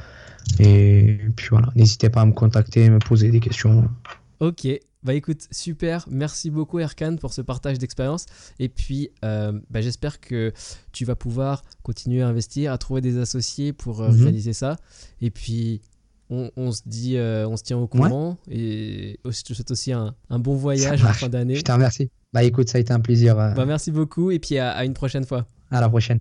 Et puis voilà, n'hésitez pas à me contacter, me poser des questions. Ok. Bah écoute, super. Merci beaucoup Erkan pour ce partage d'expérience. Et puis, j'espère que tu vas pouvoir continuer à investir, à trouver des associés pour réaliser ça. Et puis... On se tient au courant et je te souhaite aussi un bon voyage en fin d'année. Je te remercie. Écoute, ça a été un plaisir. Merci beaucoup et puis à une prochaine fois. À la prochaine.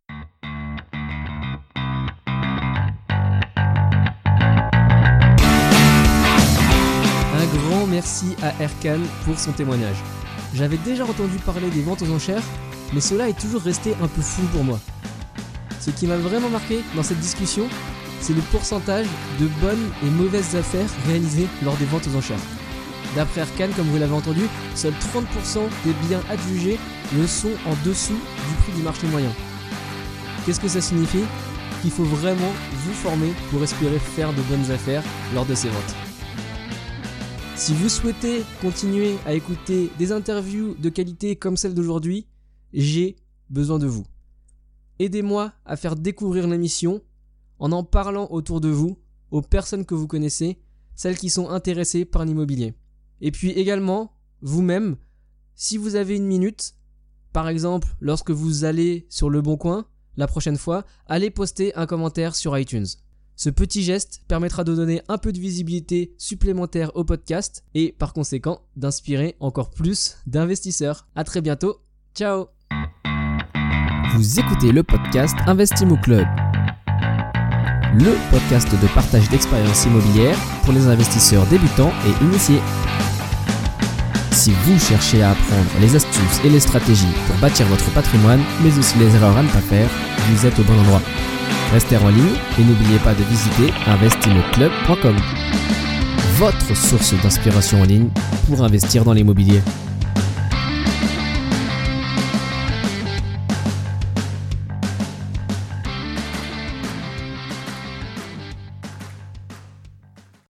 Un grand merci à Erkan pour son témoignage. J'avais déjà entendu parler des ventes aux enchères, mais cela est toujours resté un peu flou pour moi. Ce qui m'a vraiment marqué dans cette discussion, c'est le pourcentage de bonnes et mauvaises affaires réalisées lors des ventes aux enchères. D'après Erkan, comme vous l'avez entendu, seuls 30% des biens adjugés le sont en dessous du prix du marché moyen. Qu'est-ce que ça signifie? Qu'il faut vraiment vous former pour espérer faire de bonnes affaires lors de ces ventes. Si vous souhaitez continuer à écouter des interviews de qualité comme celle d'aujourd'hui, j'ai besoin de vous. Aidez-moi à faire découvrir l'émission en parlant autour de vous, aux personnes que vous connaissez, celles qui sont intéressées par l'immobilier. Et puis également, vous-même, si vous avez une minute, par exemple lorsque vous allez sur Le Bon Coin, la prochaine fois, allez poster un commentaire sur iTunes. Ce petit geste permettra de donner un peu de visibilité supplémentaire au podcast et par conséquent d'inspirer encore plus d'investisseurs. À très bientôt, ciao. Vous écoutez le podcast Investimo Club, le podcast de partage d'expériences immobilières pour les investisseurs débutants et initiés. Si vous cherchez à apprendre les astuces et les stratégies pour bâtir votre patrimoine, mais aussi les erreurs à ne pas faire, vous êtes au bon endroit. Restez en ligne et n'oubliez pas de visiter investimoclub.com, votre source d'inspiration en ligne pour investir dans l'immobilier.